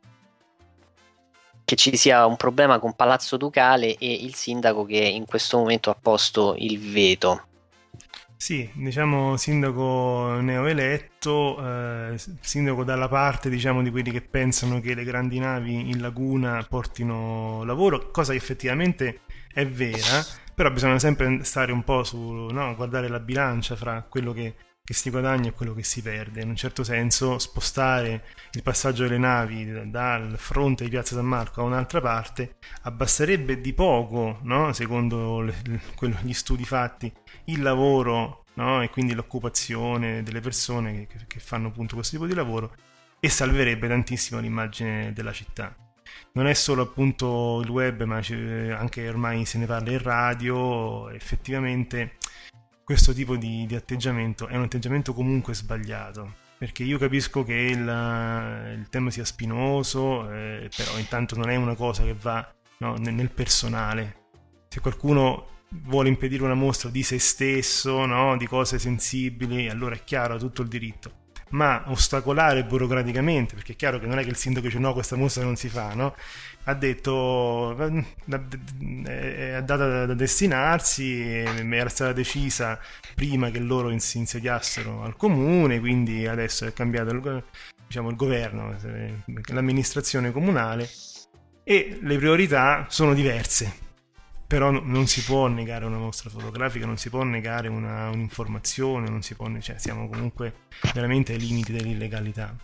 S2: che ci sia un problema con Palazzo Ducale e il sindaco che in questo momento ha posto il veto.
S9: Sì, diciamo sindaco neoeletto, eh, sindaco dalla parte, diciamo, di quelli che pensano che le grandi navi in laguna portino lavoro, cosa che effettivamente è vera, però bisogna sempre stare un po' su, no, guardare la bilancia fra quello che che si guadagna e quello che si perde. In un certo senso spostare il passaggio delle navi dal fronte di Piazza San Marco a un'altra parte abbasserebbe di poco, no? Secondo le, quello, gli studi fatti, il lavoro, no? E quindi l'occupazione delle persone che, che fanno appunto questo tipo di lavoro, e salverebbe tantissimo l'immagine della città. Non è solo appunto il web, ma anche ormai se ne parla in radio. Effettivamente questo tipo di, di atteggiamento è un atteggiamento comunque sbagliato, perché io capisco che il, il tema sia spinoso, eh, però intanto non è una cosa che va, no, nel, nel personale. Se qualcuno vuole impedire una mostra di se stesso, no, di cose sensibili, allora è chiaro, ha tutto il diritto. Ma ostacolare burocraticamente, perché è chiaro che non è che il sindaco dice no, questa mostra non si fa, no? Ha detto, è data da destinarsi, era stata decisa prima che loro si insediassero al comune, quindi adesso è cambiato il, diciamo, il governo, l'amministrazione comunale, e le priorità sono diverse. Però non si può negare una mostra fotografica, non si può negare una, un'informazione, non si può, cioè siamo comunque veramente ai limiti dell'illegalità.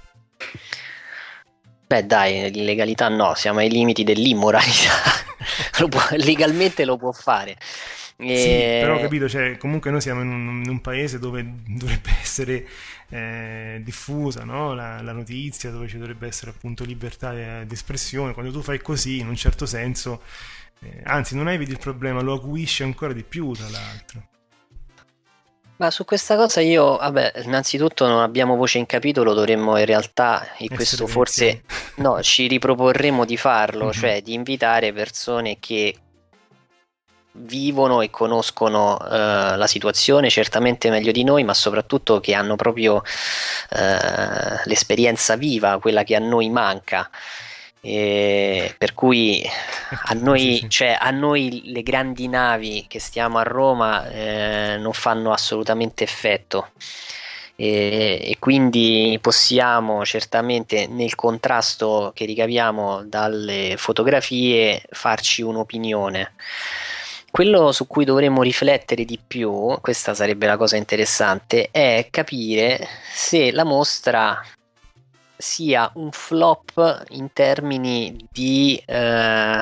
S2: Beh dai, l'illegalità no, siamo ai limiti dell'immoralità. Lo può, legalmente lo può fare. E...
S9: Sì, però capito, cioè, comunque noi siamo in un, in un paese dove dovrebbe essere eh, diffusa, no? la, la notizia, dove ci dovrebbe essere appunto libertà di espressione. Quando tu fai così, in un certo senso, eh, anzi non eviti il problema, lo acuisci ancora di più, tra l'altro.
S2: Ma su questa cosa io, vabbè, innanzitutto non abbiamo voce in capitolo, dovremmo in realtà, e questo forse no, ci riproporremo di farlo, mm-hmm. cioè di invitare persone che vivono e conoscono uh, la situazione certamente meglio di noi, ma soprattutto che hanno proprio uh, l'esperienza viva, quella che a noi manca. E per cui a noi, cioè, a noi le grandi navi che stiamo a Roma eh, non fanno assolutamente effetto, e, e quindi possiamo certamente nel contrasto che ricaviamo dalle fotografie farci un'opinione. Quello su cui dovremmo riflettere di più, questa sarebbe la cosa interessante, è capire se la mostra sia un flop in termini di, eh,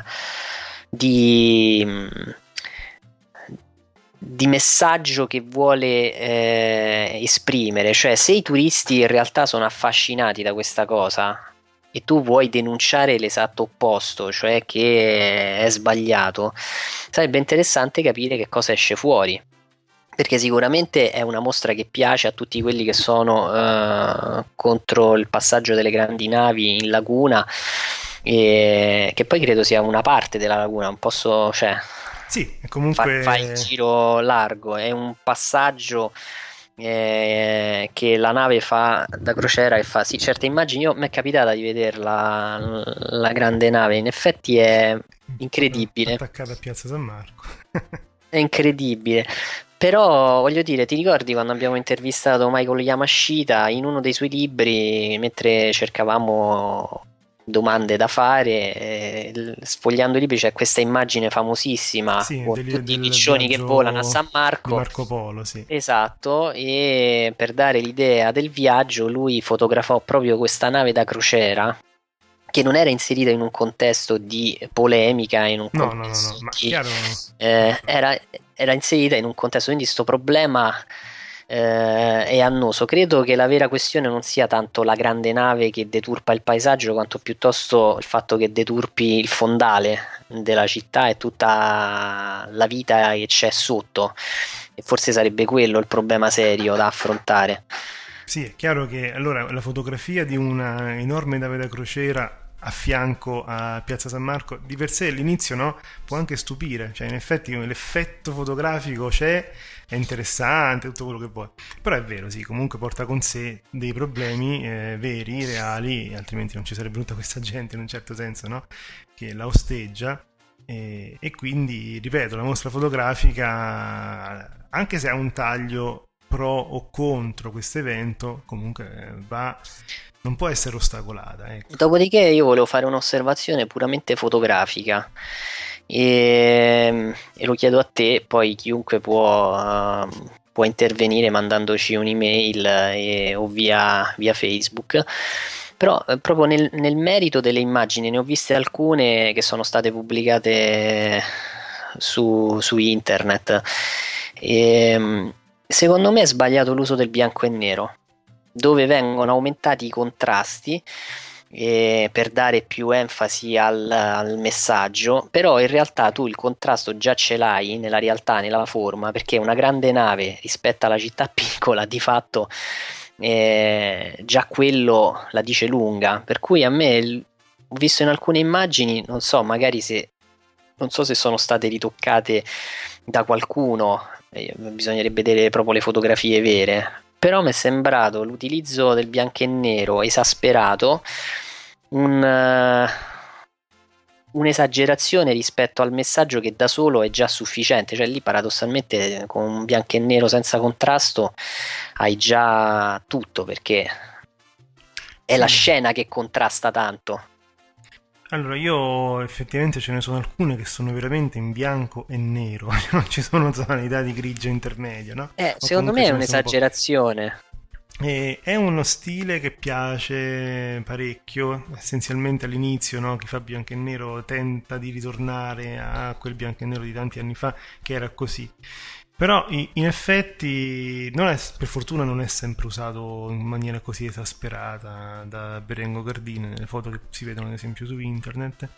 S2: di, di messaggio che vuole eh, esprimere, cioè se i turisti in realtà sono affascinati da questa cosa e tu vuoi denunciare l'esatto opposto, cioè che è sbagliato, sarebbe interessante capire che cosa esce fuori. Perché sicuramente è una mostra che piace a tutti quelli che sono uh, contro il passaggio delle grandi navi in laguna, e che poi credo sia una parte della laguna, un posso, cioè,
S9: sì, comunque
S2: fa, fa il giro largo, è un passaggio eh, che la nave fa da crociera e fa sì, certe immagini, io mi è capitata di vedere la, la grande nave, in effetti è incredibile,
S9: attaccata a Piazza San Marco.
S2: È incredibile. Però voglio dire, ti ricordi quando abbiamo intervistato Michael Yamashita in uno dei suoi libri, mentre cercavamo domande da fare. Eh, sfogliando i libri c'è questa immagine famosissima
S9: Sì,
S2: con
S9: del-
S2: tutti i
S9: del
S2: piccioni che
S9: viaggio
S2: volano a San
S9: di
S2: Marco.
S9: Marco Polo, sì.
S2: Esatto, e per dare l'idea del viaggio lui fotografò proprio questa nave da crociera che non era inserita in un contesto di polemica, in un
S9: No, no, no,
S2: contesto
S9: no, ma
S2: di,
S9: chiaro.
S2: eh, era, era inserita in un contesto, quindi sto problema eh, è annoso. Credo che la vera questione non sia tanto la grande nave che deturpa il paesaggio, quanto piuttosto il fatto che deturpi il fondale della città e tutta la vita che c'è sotto, e forse sarebbe quello il problema serio da affrontare.
S9: Sì, è chiaro che allora la fotografia di una enorme nave da crociera a fianco a Piazza San Marco di per sé all'inizio, no, può anche stupire, cioè in effetti l'effetto fotografico c'è, è interessante, tutto quello che vuoi, però è vero, sì, comunque porta con sé dei problemi eh, veri, reali, altrimenti non ci sarebbe tutta questa gente in un certo senso, no, che la osteggia. E, e quindi, ripeto, la mostra fotografica, anche se ha un taglio pro o contro questo evento, comunque va, non può essere ostacolata, ecco.
S2: Dopodiché io volevo fare un'osservazione puramente fotografica e, e lo chiedo a te, poi chiunque può, uh, può intervenire mandandoci un'email e, o via, via Facebook. Però eh, proprio nel, nel merito delle immagini ne ho viste alcune che sono state pubblicate su, su internet e secondo me è sbagliato l'uso del bianco e nero, dove vengono aumentati i contrasti eh, per dare più enfasi al, al messaggio, però in realtà tu il contrasto già ce l'hai nella realtà, nella forma, perché una grande nave rispetto alla città piccola di fatto eh, già quello la dice lunga, per cui a me il, ho visto in alcune immagini, non so, magari se non so se sono state ritoccate da qualcuno, eh, bisognerebbe vedere proprio le fotografie vere, però mi è sembrato l'utilizzo del bianco e nero esasperato, un, uh, un'esagerazione rispetto al messaggio che da solo è già sufficiente, cioè lì paradossalmente con un bianco e nero senza contrasto hai già tutto, perché è la scena che contrasta tanto.
S9: Allora, io effettivamente ce ne sono alcune che sono veramente in bianco e nero, non ci sono tonalità di grigio intermedio, no?
S2: Eh,
S9: O
S2: secondo
S9: comunque
S2: me è
S9: ce ne sono
S2: un'esagerazione.
S9: E è uno stile che piace parecchio, essenzialmente all'inizio, no? Chi fa bianco e nero tenta di ritornare a quel bianco e nero di tanti anni fa, che era così. Però in effetti non è, per fortuna non è sempre usato in maniera così esasperata da Berengo Gardini nelle foto che si vedono ad esempio su internet.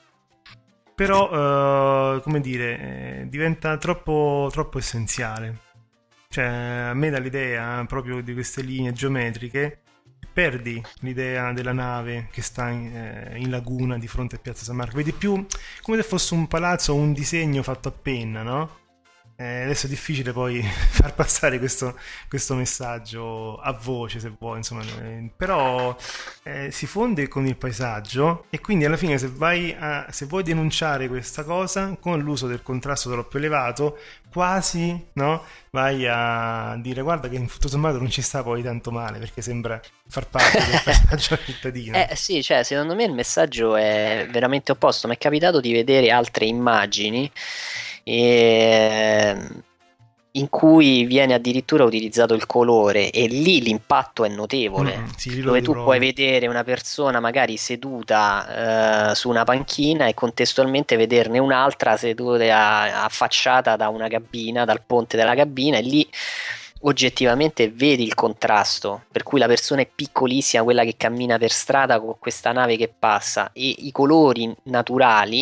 S9: Però eh, come dire, eh, diventa troppo, troppo essenziale. Cioè a me dà l'idea proprio di queste linee geometriche, perdi l'idea della nave che sta in, eh, in laguna di fronte a Piazza San Marco, vedi più come se fosse un palazzo o un disegno fatto a penna, no? Eh, adesso è difficile poi far passare questo, questo messaggio a voce, se vuoi, insomma, eh, però eh, si fonde con il paesaggio e quindi alla fine se vai a, se vuoi denunciare questa cosa con l'uso del contrasto troppo elevato, quasi, no? Vai a dire guarda che in tutto sommato non ci sta poi tanto male, perché sembra far parte del paesaggio cittadino.
S2: Eh sì, cioè secondo me il messaggio è veramente opposto. Mi è capitato di vedere altre immagini e... in cui viene addirittura utilizzato il colore e lì l'impatto è notevole,
S9: mm, sì,
S2: dove tu
S9: provo.
S2: puoi vedere una persona magari seduta eh, su una panchina e contestualmente vederne un'altra seduta affacciata da una cabina, dal ponte della cabina, e lì oggettivamente vedi il contrasto, per cui la persona è piccolissima, quella che cammina per strada con questa nave che passa, e i colori naturali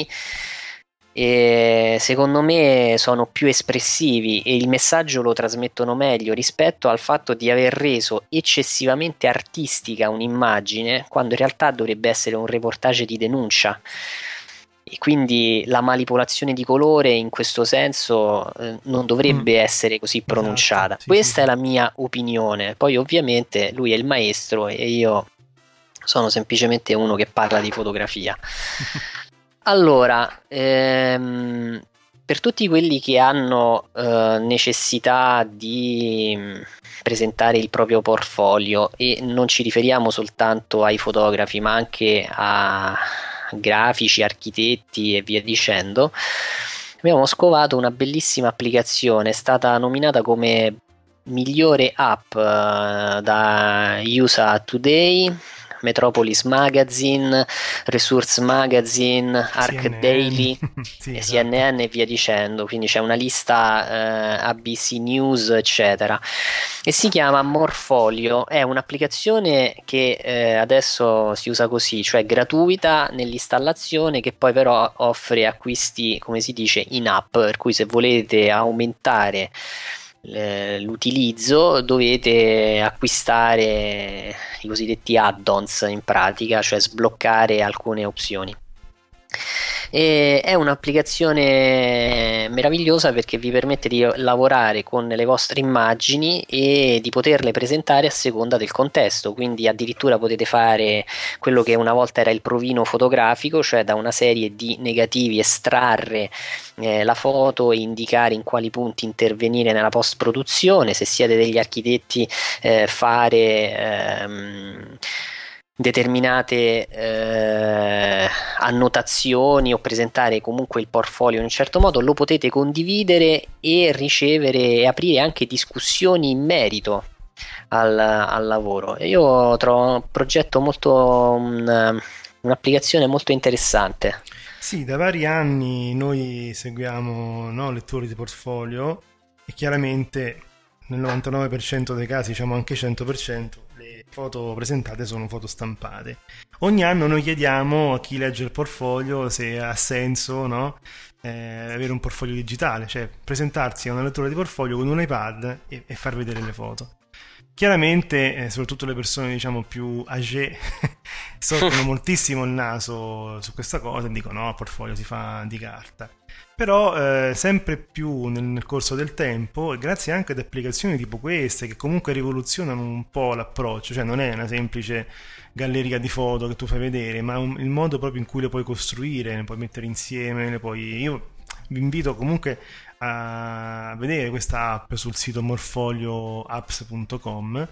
S2: e secondo me sono più espressivi e il messaggio lo trasmettono meglio rispetto al fatto di aver reso eccessivamente artistica un'immagine quando in realtà dovrebbe essere un reportage di denuncia, e quindi la manipolazione di colore in questo senso eh, non dovrebbe mm. essere così pronunciata. Esatto, sì, questa sì, è sì. la mia opinione, poi ovviamente lui è il maestro e io sono semplicemente uno che parla di fotografia. Allora, ehm, per tutti quelli che hanno eh, necessità di presentare il proprio portfolio, e non ci riferiamo soltanto ai fotografi ma anche a grafici, architetti e via dicendo, abbiamo scovato una bellissima applicazione, è stata nominata come migliore app uh, da U S A Today, Metropolis Magazine, Resource Magazine, Arc
S9: C N N.
S2: Daily,
S9: Sì,
S2: e
S9: esatto.
S2: C N N e via dicendo, quindi c'è una lista eh, A B C News eccetera, e si chiama Morfolio. È un'applicazione che eh, adesso si usa così, cioè gratuita nell'installazione, che poi però offre acquisti, come si dice, in app, per cui se volete aumentare l'utilizzo dovete acquistare i cosiddetti add-ons, in pratica, cioè sbloccare alcune opzioni. E è un'applicazione meravigliosa perché vi permette di lavorare con le vostre immagini e di poterle presentare a seconda del contesto, quindi addirittura potete fare quello che una volta era il provino fotografico, cioè da una serie di negativi estrarre eh, la foto e indicare in quali punti intervenire nella post produzione. Se siete degli architetti, eh, fare ehm, determinate eh, annotazioni o presentare comunque il portfolio in un certo modo, lo potete condividere e ricevere e aprire anche discussioni in merito al, al lavoro. E io trovo un progetto molto un, un'applicazione molto interessante.
S9: Sì, da vari anni noi seguiamo, no, lettori di portfolio, e chiaramente nel novantanove per cento dei casi, diciamo anche cento per cento, le foto presentate sono foto stampate. Ogni anno noi chiediamo a chi legge il portfolio se ha senso, no, eh, avere un portfolio digitale, cioè presentarsi a una lettura di portfolio con un iPad e, e far vedere le foto. Chiaramente, eh, soprattutto le persone, diciamo, più âgée sortono moltissimo il naso su questa cosa e dicono no, il portfolio si fa di carta. Però eh, sempre più nel, nel corso del tempo, e grazie anche ad applicazioni tipo queste che comunque rivoluzionano un po' l'approccio, cioè non è una semplice galleria di foto che tu fai vedere, ma un, il modo proprio in cui le puoi costruire, le puoi mettere insieme, le puoi... Io vi invito comunque a vedere questa app sul sito morfolio apps punto com.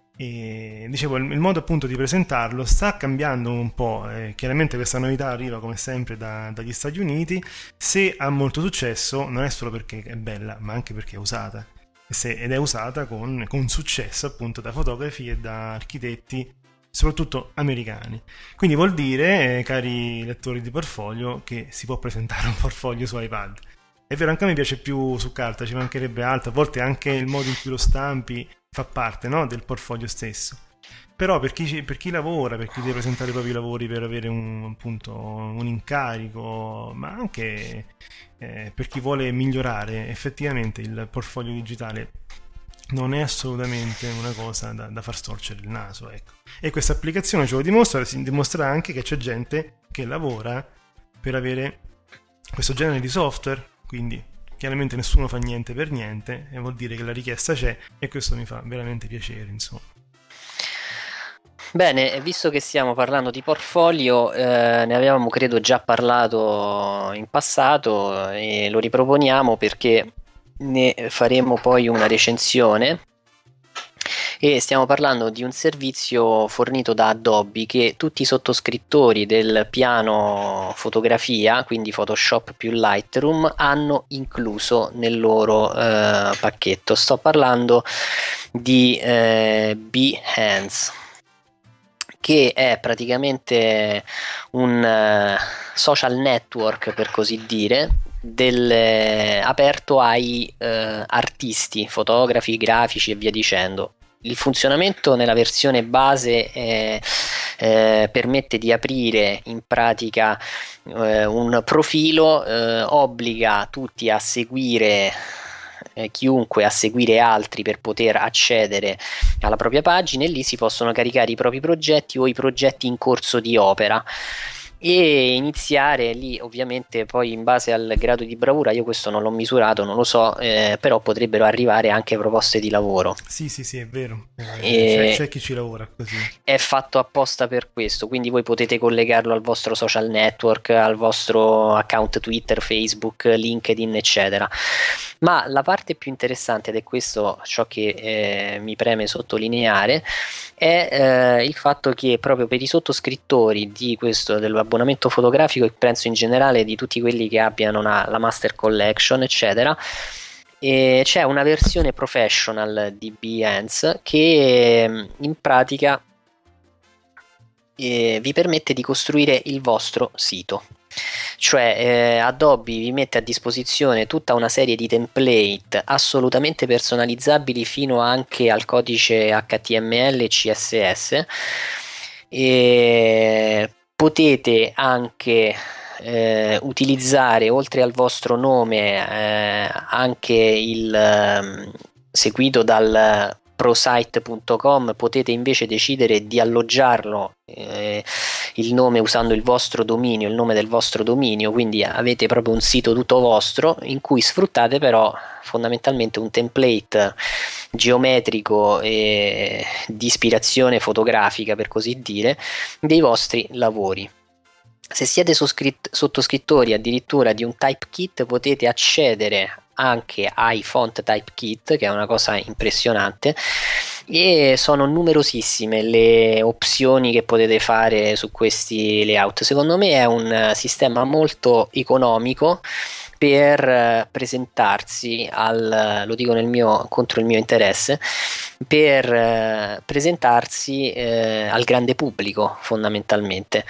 S9: E dicevo, il, il modo appunto di presentarlo sta cambiando un po', eh, chiaramente questa novità arriva come sempre da, dagli Stati Uniti. Se ha molto successo non è solo perché è bella, ma anche perché è usata, e se, ed è usata con, con successo appunto da fotografi e da architetti soprattutto americani. Quindi vuol dire, eh, cari lettori di portfolio, che si può presentare un portfolio su iPad. È vero, anche a me piace più su carta, ci mancherebbe altro, a volte anche il modo in cui lo stampi fa parte, no, del portfolio stesso. Però per chi, per chi lavora, per chi deve presentare i propri lavori per avere un, appunto, un incarico, ma anche eh, per chi vuole migliorare, effettivamente il portfolio digitale non è assolutamente una cosa da, da far storcere il naso, ecco. E questa applicazione ce lo dimostra, si dimostra anche che c'è gente che lavora per avere questo genere di software, quindi chiaramente nessuno fa niente per niente, e vuol dire che la richiesta c'è, e questo mi fa veramente piacere, insomma.
S2: Bene, visto che stiamo parlando di portfolio, eh, ne avevamo credo già parlato in passato e lo riproponiamo perché ne faremo poi una recensione. E stiamo parlando di un servizio fornito da Adobe che tutti i sottoscrittori del piano fotografia, quindi Photoshop più Lightroom, hanno incluso nel loro eh, pacchetto. Sto parlando di eh, Behance, che è praticamente un uh, social network, per così dire, del, eh, aperto ai eh, artisti, fotografi, grafici e via dicendo. Il funzionamento nella versione base è, eh, permette di aprire in pratica eh, un profilo, eh, obbliga tutti a seguire eh, chiunque a seguire altri per poter accedere alla propria pagina, e lì si possono caricare i propri progetti o i progetti in corso di opera. e iniziare lì. Ovviamente poi in base al grado di bravura, io questo non l'ho misurato, non lo so, eh, però potrebbero arrivare anche proposte di lavoro.
S9: Sì, sì, sì, è vero. Eh,
S2: E-
S9: c'è, c'è chi ci lavora così.
S2: È fatto apposta per questo, quindi voi potete collegarlo al vostro social network, al vostro account Twitter, Facebook, LinkedIn, eccetera. Ma la parte più interessante, ed è questo ciò che eh, mi preme sottolineare, è eh, il fatto che proprio per i sottoscrittori di questo dell'abbonamento fotografico, e penso in generale di tutti quelli che abbiano una- la Master Collection, eccetera, e c'è una versione professional di Behance che ehm, in pratica eh, vi permette di costruire il vostro sito. Cioè eh, Adobe vi mette a disposizione tutta una serie di template assolutamente personalizzabili fino anche al codice H T M L e C S S, e potete anche eh, utilizzare, oltre al vostro nome, eh, anche il ehm, seguito dal prosite punto com. Potete invece decidere di alloggiarlo eh, il nome usando il vostro dominio, il nome del vostro dominio, quindi avete proprio un sito tutto vostro in cui sfruttate però fondamentalmente un template geometrico e di ispirazione fotografica, per così dire, dei vostri lavori. Se siete sottoscritt- sottoscrittori addirittura di un typekit, potete accedere anche ai font typekit, che è una cosa impressionante, e sono numerosissime le opzioni che potete fare su questi layout. Secondo me è un sistema molto economico per eh, presentarsi al, lo dico nel mio, contro il mio interesse, per eh, presentarsi eh, al grande pubblico fondamentalmente.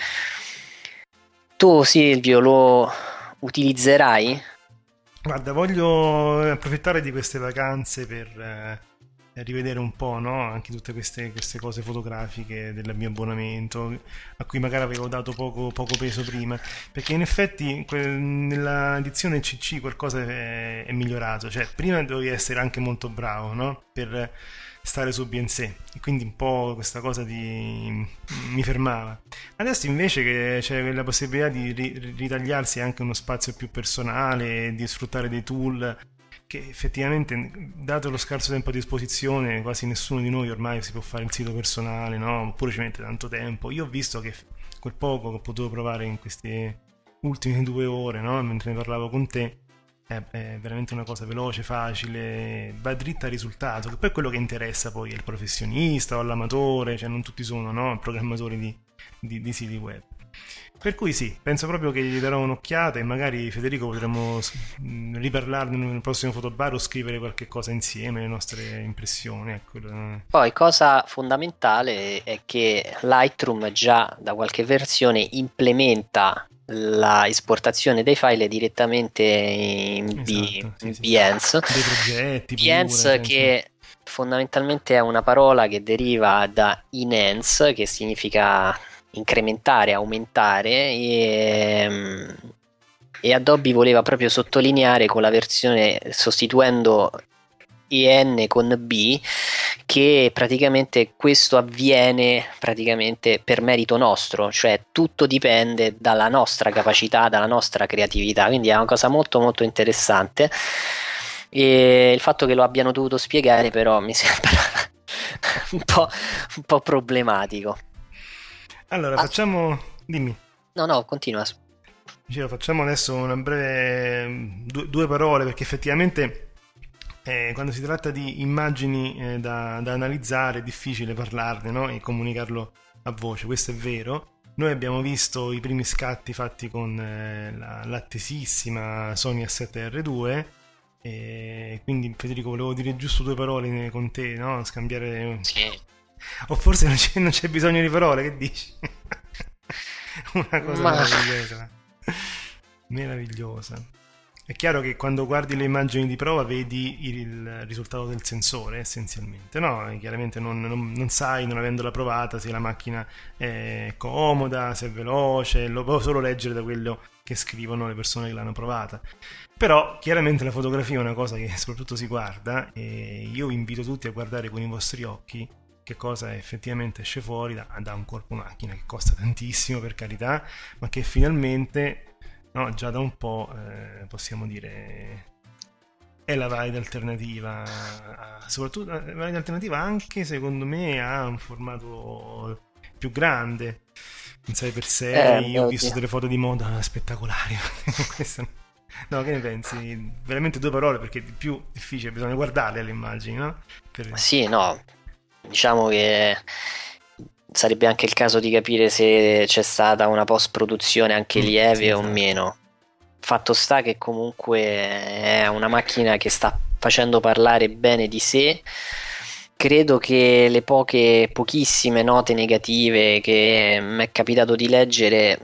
S2: Tu Silvio lo utilizzerai?
S9: Guarda, voglio approfittare di queste vacanze per eh, rivedere un po', no? Anche tutte queste, queste cose fotografiche del mio abbonamento, a cui magari avevo dato poco, poco peso prima, perché in effetti que- nella edizione C C qualcosa è, è migliorato. Cioè, prima dovevi essere anche molto bravo, no? Per stare su Behance, e quindi un po' questa cosa di mi fermava. Adesso invece che c'è la possibilità di ri- ritagliarsi anche uno spazio più personale, di sfruttare dei tool che effettivamente, dato lo scarso tempo a disposizione, quasi nessuno di noi ormai si può fare il sito personale, no? Oppure ci mette tanto tempo. Io ho visto che quel poco che ho potuto provare in queste ultime due ore, no? Mentre ne parlavo con te, è, è veramente una cosa veloce, facile, va dritta al risultato, che poi è quello che interessa poi al professionista o all'amatore, cioè non tutti sono, no? Programmatori di, di, di siti web. Per cui sì, penso proprio che gli darò un'occhiata, e magari Federico potremmo riparlarne nel prossimo fotobar o scrivere qualche cosa insieme, le nostre impressioni, ecco.
S2: Poi cosa fondamentale è che Lightroom già da qualche versione implementa la esportazione dei file direttamente in,
S9: Esatto,
S2: B-
S9: sì,
S2: Behance.
S9: Dei progetti,
S2: Behance
S9: pure,
S2: che fondamentalmente è una parola che deriva da enhance, che significa incrementare, aumentare, e, e Adobe voleva proprio sottolineare con la versione, sostituendo en con b, che praticamente questo avviene praticamente per merito nostro, cioè tutto dipende dalla nostra capacità, dalla nostra creatività, quindi è una cosa molto molto interessante. E il fatto che lo abbiano dovuto spiegare però mi sembra un po', un po' problematico.
S9: Allora,
S2: Ah.
S9: facciamo... Dimmi.
S2: No, no, continua.
S9: Dicevo, facciamo adesso una breve... due, due parole, perché effettivamente eh, quando si tratta di immagini eh, da, da analizzare è difficile parlarne, no? E comunicarlo a voce, questo è vero. Noi abbiamo visto i primi scatti fatti con eh, la, l'attesissima Sony A sette R due, e quindi Federico volevo dire giusto due parole con te, no? Scambiare...
S2: Sì.
S9: O forse non c'è, non c'è bisogno di parole, che dici? Una cosa
S2: Ma...
S9: meravigliosa. Meravigliosa. È chiaro che quando guardi le immagini di prova vedi il risultato del sensore, essenzialmente, no? E chiaramente non, non, non sai, non avendola provata, se la macchina è comoda, se è veloce, lo può solo leggere da quello che scrivono le persone che l'hanno provata. Però chiaramente la fotografia è una cosa che soprattutto si guarda, e io invito tutti a guardare con i vostri occhi che cosa effettivamente esce fuori da, da un corpo macchina che costa tantissimo, per carità, ma che finalmente, no, già da un po' eh, possiamo dire è la valida alternativa, soprattutto la valida alternativa anche secondo me a un formato più grande, un sei per sei. Eh, io ho visto oddio. delle foto di moda spettacolari. Questa... no, che ne pensi? Veramente due parole, perché di più difficile, bisogna guardarle alle immagini, no? Per...
S2: sì, no, diciamo che sarebbe anche il caso di capire se c'è stata una post produzione anche lieve sì, o esatto. meno. Fatto sta che comunque è una macchina che sta facendo parlare bene di sé. Credo che le poche, pochissime note negative che mi è capitato di leggere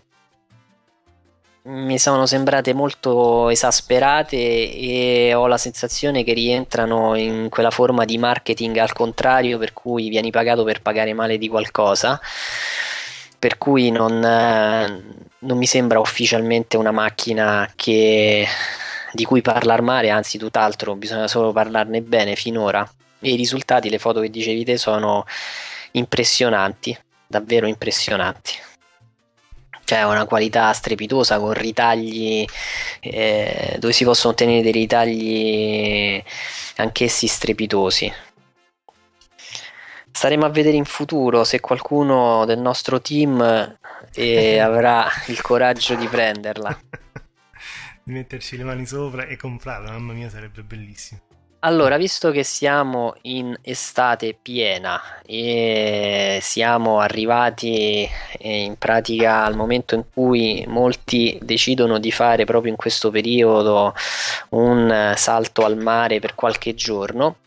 S2: mi sono sembrate molto esasperate, e ho la sensazione che rientrano in quella forma di marketing al contrario, per cui vieni pagato per pagare male di qualcosa, per cui non, non mi sembra ufficialmente una macchina che, di cui parlar male, anzi tutt'altro, bisogna solo parlarne bene finora, e i risultati, le foto che dicevi te, sono impressionanti, davvero impressionanti. Cioè una qualità strepitosa, con ritagli eh, dove si possono ottenere dei ritagli anch'essi strepitosi. Staremo a vedere in futuro se qualcuno del nostro team eh, avrà il coraggio di prenderla,
S9: di metterci le mani sopra e comprarla. Mamma mia, sarebbe bellissimo.
S2: Allora, visto che siamo in estate piena e siamo arrivati in pratica al momento in cui molti decidono di fare proprio in questo periodo un salto al mare per qualche giorno,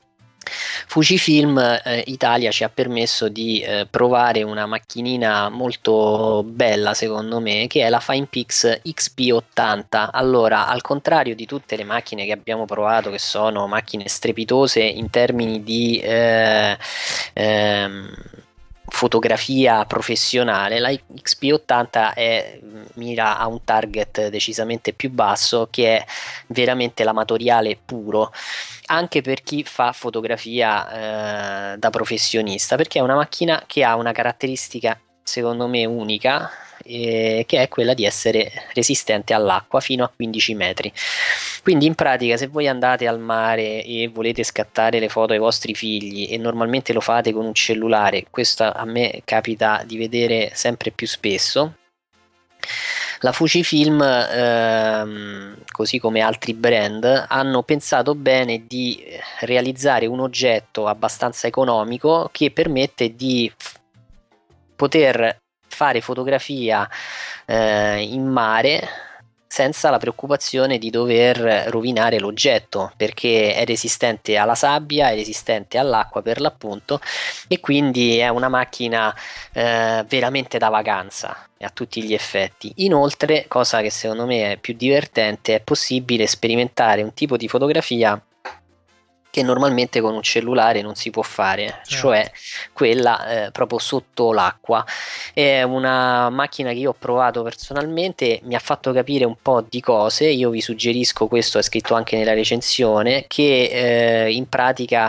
S2: Fujifilm eh, Italia ci ha permesso di eh, provare una macchinina molto bella secondo me, che è la Finepix X P ottanta. Allora, al contrario di tutte le macchine che abbiamo provato, che sono macchine strepitose in termini di eh, ehm, fotografia professionale, la X P ottanta è, mira a un target decisamente più basso, che è veramente l'amatoriale puro, anche per chi fa fotografia eh, da professionista, perché è una macchina che ha una caratteristica secondo me unica, eh, che è quella di essere resistente all'acqua fino a quindici metri. Quindi in pratica, se voi andate al mare e volete scattare le foto ai vostri figli, e normalmente lo fate con un cellulare, questo a me capita di vedere sempre più spesso, la Fujifilm, ehm, così come altri brand, hanno pensato bene di realizzare un oggetto abbastanza economico che permette di f- poter fare fotografia eh, in mare senza la preoccupazione di dover rovinare l'oggetto, perché è resistente alla sabbia, è resistente all'acqua per l'appunto, e quindi è una macchina eh, veramente da vacanza a tutti gli effetti. Inoltre, cosa che secondo me è più divertente, è possibile sperimentare un tipo di fotografia che normalmente con un cellulare non si può fare, certo. Cioè quella eh, proprio sotto l'acqua. È una macchina che io ho provato personalmente, mi ha fatto capire un po' di cose. Io vi suggerisco, questo è scritto anche nella recensione, che eh, in pratica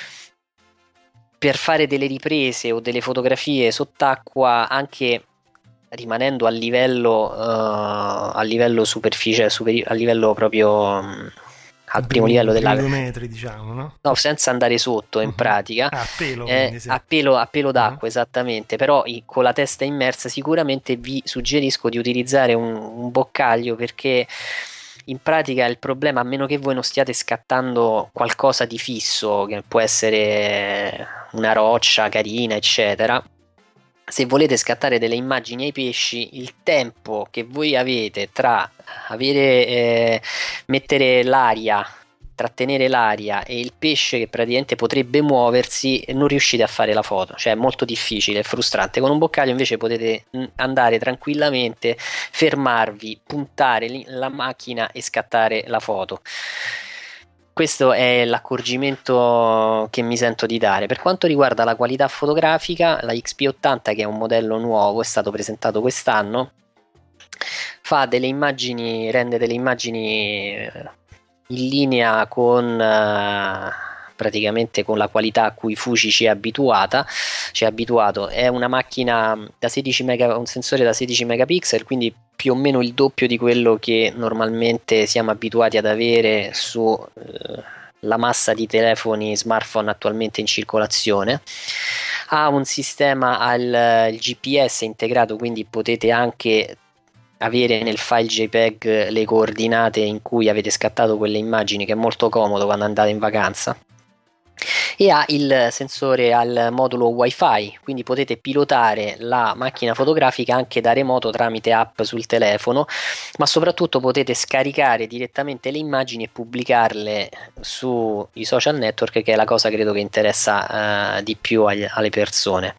S2: per fare delle riprese o delle fotografie sott'acqua, anche rimanendo a livello uh, a livello superficie, superi- a livello proprio um, al primo livello della
S9: due metri, diciamo, no?
S2: No, senza andare sotto in pratica,
S9: ah, a pelo,
S2: eh,
S9: quindi, sì.
S2: a pelo, a pelo d'acqua,
S9: uh-huh.
S2: Esattamente, però i, con la testa immersa. Sicuramente vi suggerisco di utilizzare un, un boccaglio, perché in pratica il problema, a meno che voi non stiate scattando qualcosa di fisso, che può essere una roccia carina eccetera, se volete scattare delle immagini ai pesci, il tempo che voi avete tra avere eh, mettere l'aria, trattenere l'aria, e il pesce che praticamente potrebbe muoversi, non riuscite a fare la foto, cioè è molto difficile, è frustrante. Con un boccaglio invece potete andare tranquillamente, fermarvi, puntare la macchina e scattare la foto. Questo è l'accorgimento che mi sento di dare. Per quanto riguarda la qualità fotografica, la X P ottanta, che è un modello nuovo, è stato presentato quest'anno, fa delle immagini, rende delle immagini in linea con uh, praticamente con la qualità a cui Fuji ci è abituata, ci è abituato. È una macchina da sedici mega, un sensore da sedici megapixel, quindi più o meno il doppio di quello che normalmente siamo abituati ad avere su eh, la massa di telefoni smartphone attualmente in circolazione. Ha un sistema al G P S integrato, quindi potete anche avere nel file JPEG le coordinate in cui avete scattato quelle immagini, che è molto comodo quando andate in vacanza. E ha il sensore al modulo Wi-Fi, quindi potete pilotare la macchina fotografica anche da remoto tramite app sul telefono, ma soprattutto potete scaricare direttamente le immagini e pubblicarle sui social network, che è la cosa credo che interessa uh, di più agli, alle persone.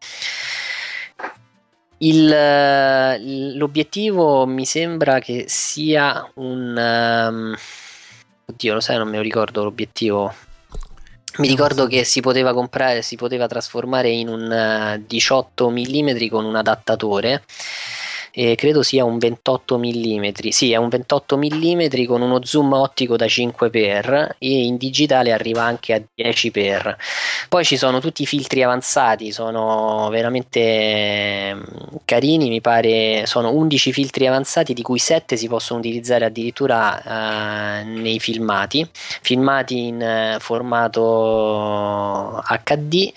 S2: Il, l'obiettivo mi sembra che sia un um, oddio, lo sai, non me lo ricordo l'obiettivo. Mi ricordo che si poteva comprare, si poteva trasformare in un diciotto millimetri con un adattatore, e credo sia un ventotto millimetri. Sì, è un ventotto millimetri con uno zoom ottico da cinque per, e in digitale arriva anche a dieci per. Poi ci sono tutti i filtri avanzati, sono veramente carini, mi pare sono undici filtri avanzati, di cui sette si possono utilizzare addirittura uh, nei filmati, filmati in uh, formato acca di.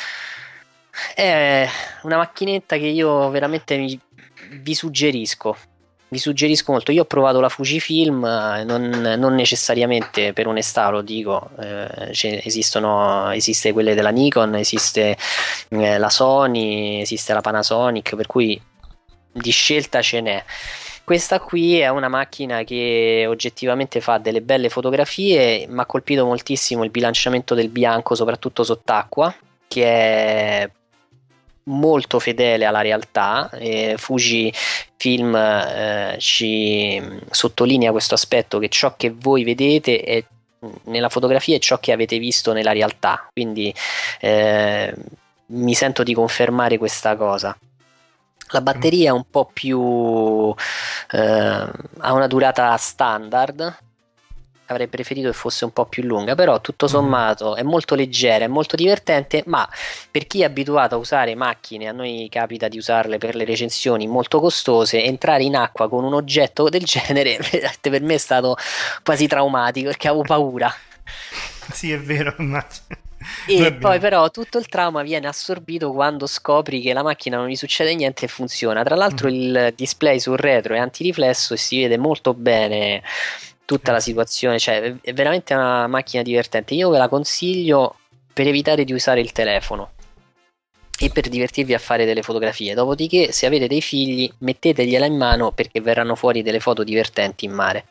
S2: È una macchinetta che io veramente mi vi suggerisco vi suggerisco molto. Io ho provato la Fujifilm, non, non necessariamente per onestà lo dico, eh, esistono esiste quelle della Nikon, esiste eh, la Sony, esiste la Panasonic, per cui di scelta ce n'è. Questa qui è una macchina che oggettivamente fa delle belle fotografie, mi ha colpito moltissimo il bilanciamento del bianco, soprattutto sott'acqua, che è molto fedele alla realtà. eh, Fujifilm eh, ci sottolinea questo aspetto, che ciò che voi vedete è, nella fotografia, è ciò che avete visto nella realtà, quindi eh, mi sento di confermare questa cosa. La batteria è un po' più eh, ha una durata standard, avrei preferito che fosse un po' più lunga, però tutto sommato è molto leggera, è molto divertente. Ma per chi è abituato a usare macchine, a noi capita di usarle per le recensioni molto costose, entrare in acqua con un oggetto del genere per me è stato quasi traumatico, perché avevo paura.
S9: Sì, è vero, ma...
S2: E poi però tutto il trauma viene assorbito quando scopri che la macchina non gli succede niente e funziona. Tra l'altro mm. il display sul retro è antiriflesso e si vede molto bene tutta la situazione, cioè è veramente una macchina divertente. Io ve la consiglio per evitare di usare il telefono e per divertirvi a fare delle fotografie. Dopodiché, se avete dei figli, mettetegliela in mano, perché verranno fuori delle foto divertenti in mare.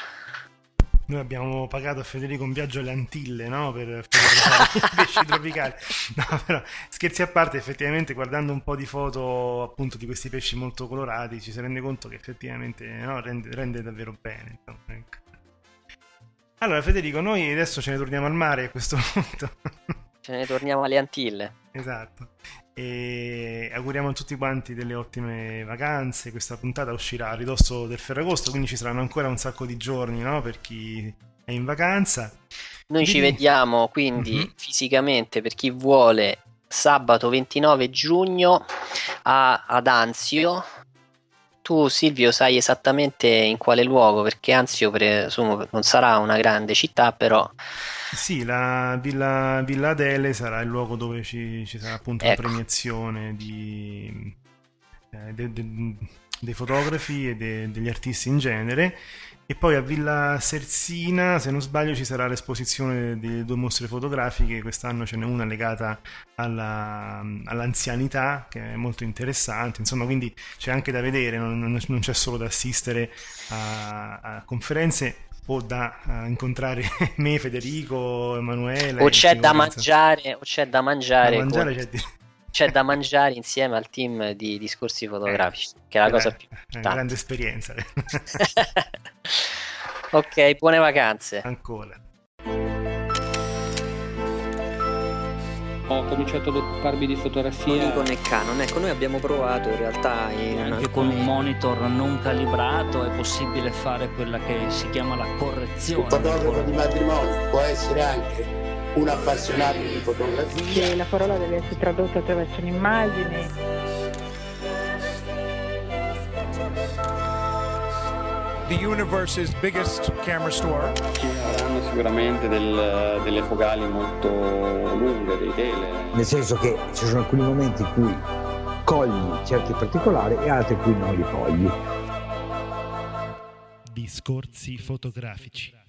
S9: Noi abbiamo pagato a Federico un viaggio alle Antille, no? Per fotografare i pesci tropicali. No, però scherzi a parte, effettivamente guardando un po' di foto appunto di questi pesci molto colorati ci si rende conto che effettivamente, no, rende, rende davvero bene. Ecco. Allora Federico, noi adesso ce ne torniamo al mare a questo punto.
S2: Ce ne torniamo alle Antille.
S9: Esatto. E auguriamo a tutti quanti delle ottime vacanze. Questa puntata uscirà a ridosso del Ferragosto, quindi ci saranno ancora un sacco di giorni, no, per chi è in vacanza.
S2: Noi
S9: Quindi...
S2: ci vediamo quindi mm-hmm. fisicamente, per chi vuole, sabato ventinove giugno a, ad Anzio. Tu Silvio sai esattamente in quale luogo, perché Anzio presumo non sarà una grande città, però
S9: sì, la Villa, Villa Adele sarà il luogo dove ci, ci sarà appunto ecco. la premiazione di, eh, de, de, dei fotografi e de, degli artisti in genere. E poi a Villa Sersina, se non sbaglio, ci sarà l'esposizione delle due mostre fotografiche. Quest'anno ce n'è una legata alla, all'anzianità, che è molto interessante. Insomma, quindi c'è anche da vedere, non, non c'è solo da assistere a, a conferenze o da uh, incontrare me, Federico, Emanuele.
S2: O c'è da mangiare, o c'è da mangiare.
S9: Da mangiare
S2: con...
S9: c'è, di...
S2: c'è da mangiare insieme al team di discorsi fotografici, che è la cosa più importante.
S9: È una grande esperienza.
S2: Ok, buone vacanze.
S9: Ancora.
S1: Ho cominciato ad occuparmi di fotografia
S2: con e Canon. Ecco, noi abbiamo provato in realtà in
S3: anche
S2: alcuni...
S3: con un monitor non calibrato è possibile fare quella che si chiama la correzione.
S4: Un fotografo di matrimonio può essere anche un appassionato di fotografia.
S5: Che la parola deve essere tradotta attraverso un'immagine.
S6: The universe's biggest camera store.
S1: Ci avranno sicuramente del, delle focali molto lunghe, dei tele.
S7: Nel senso che ci sono alcuni momenti in cui cogli certi particolari e altri in cui non li cogli.
S8: Discorsi fotografici.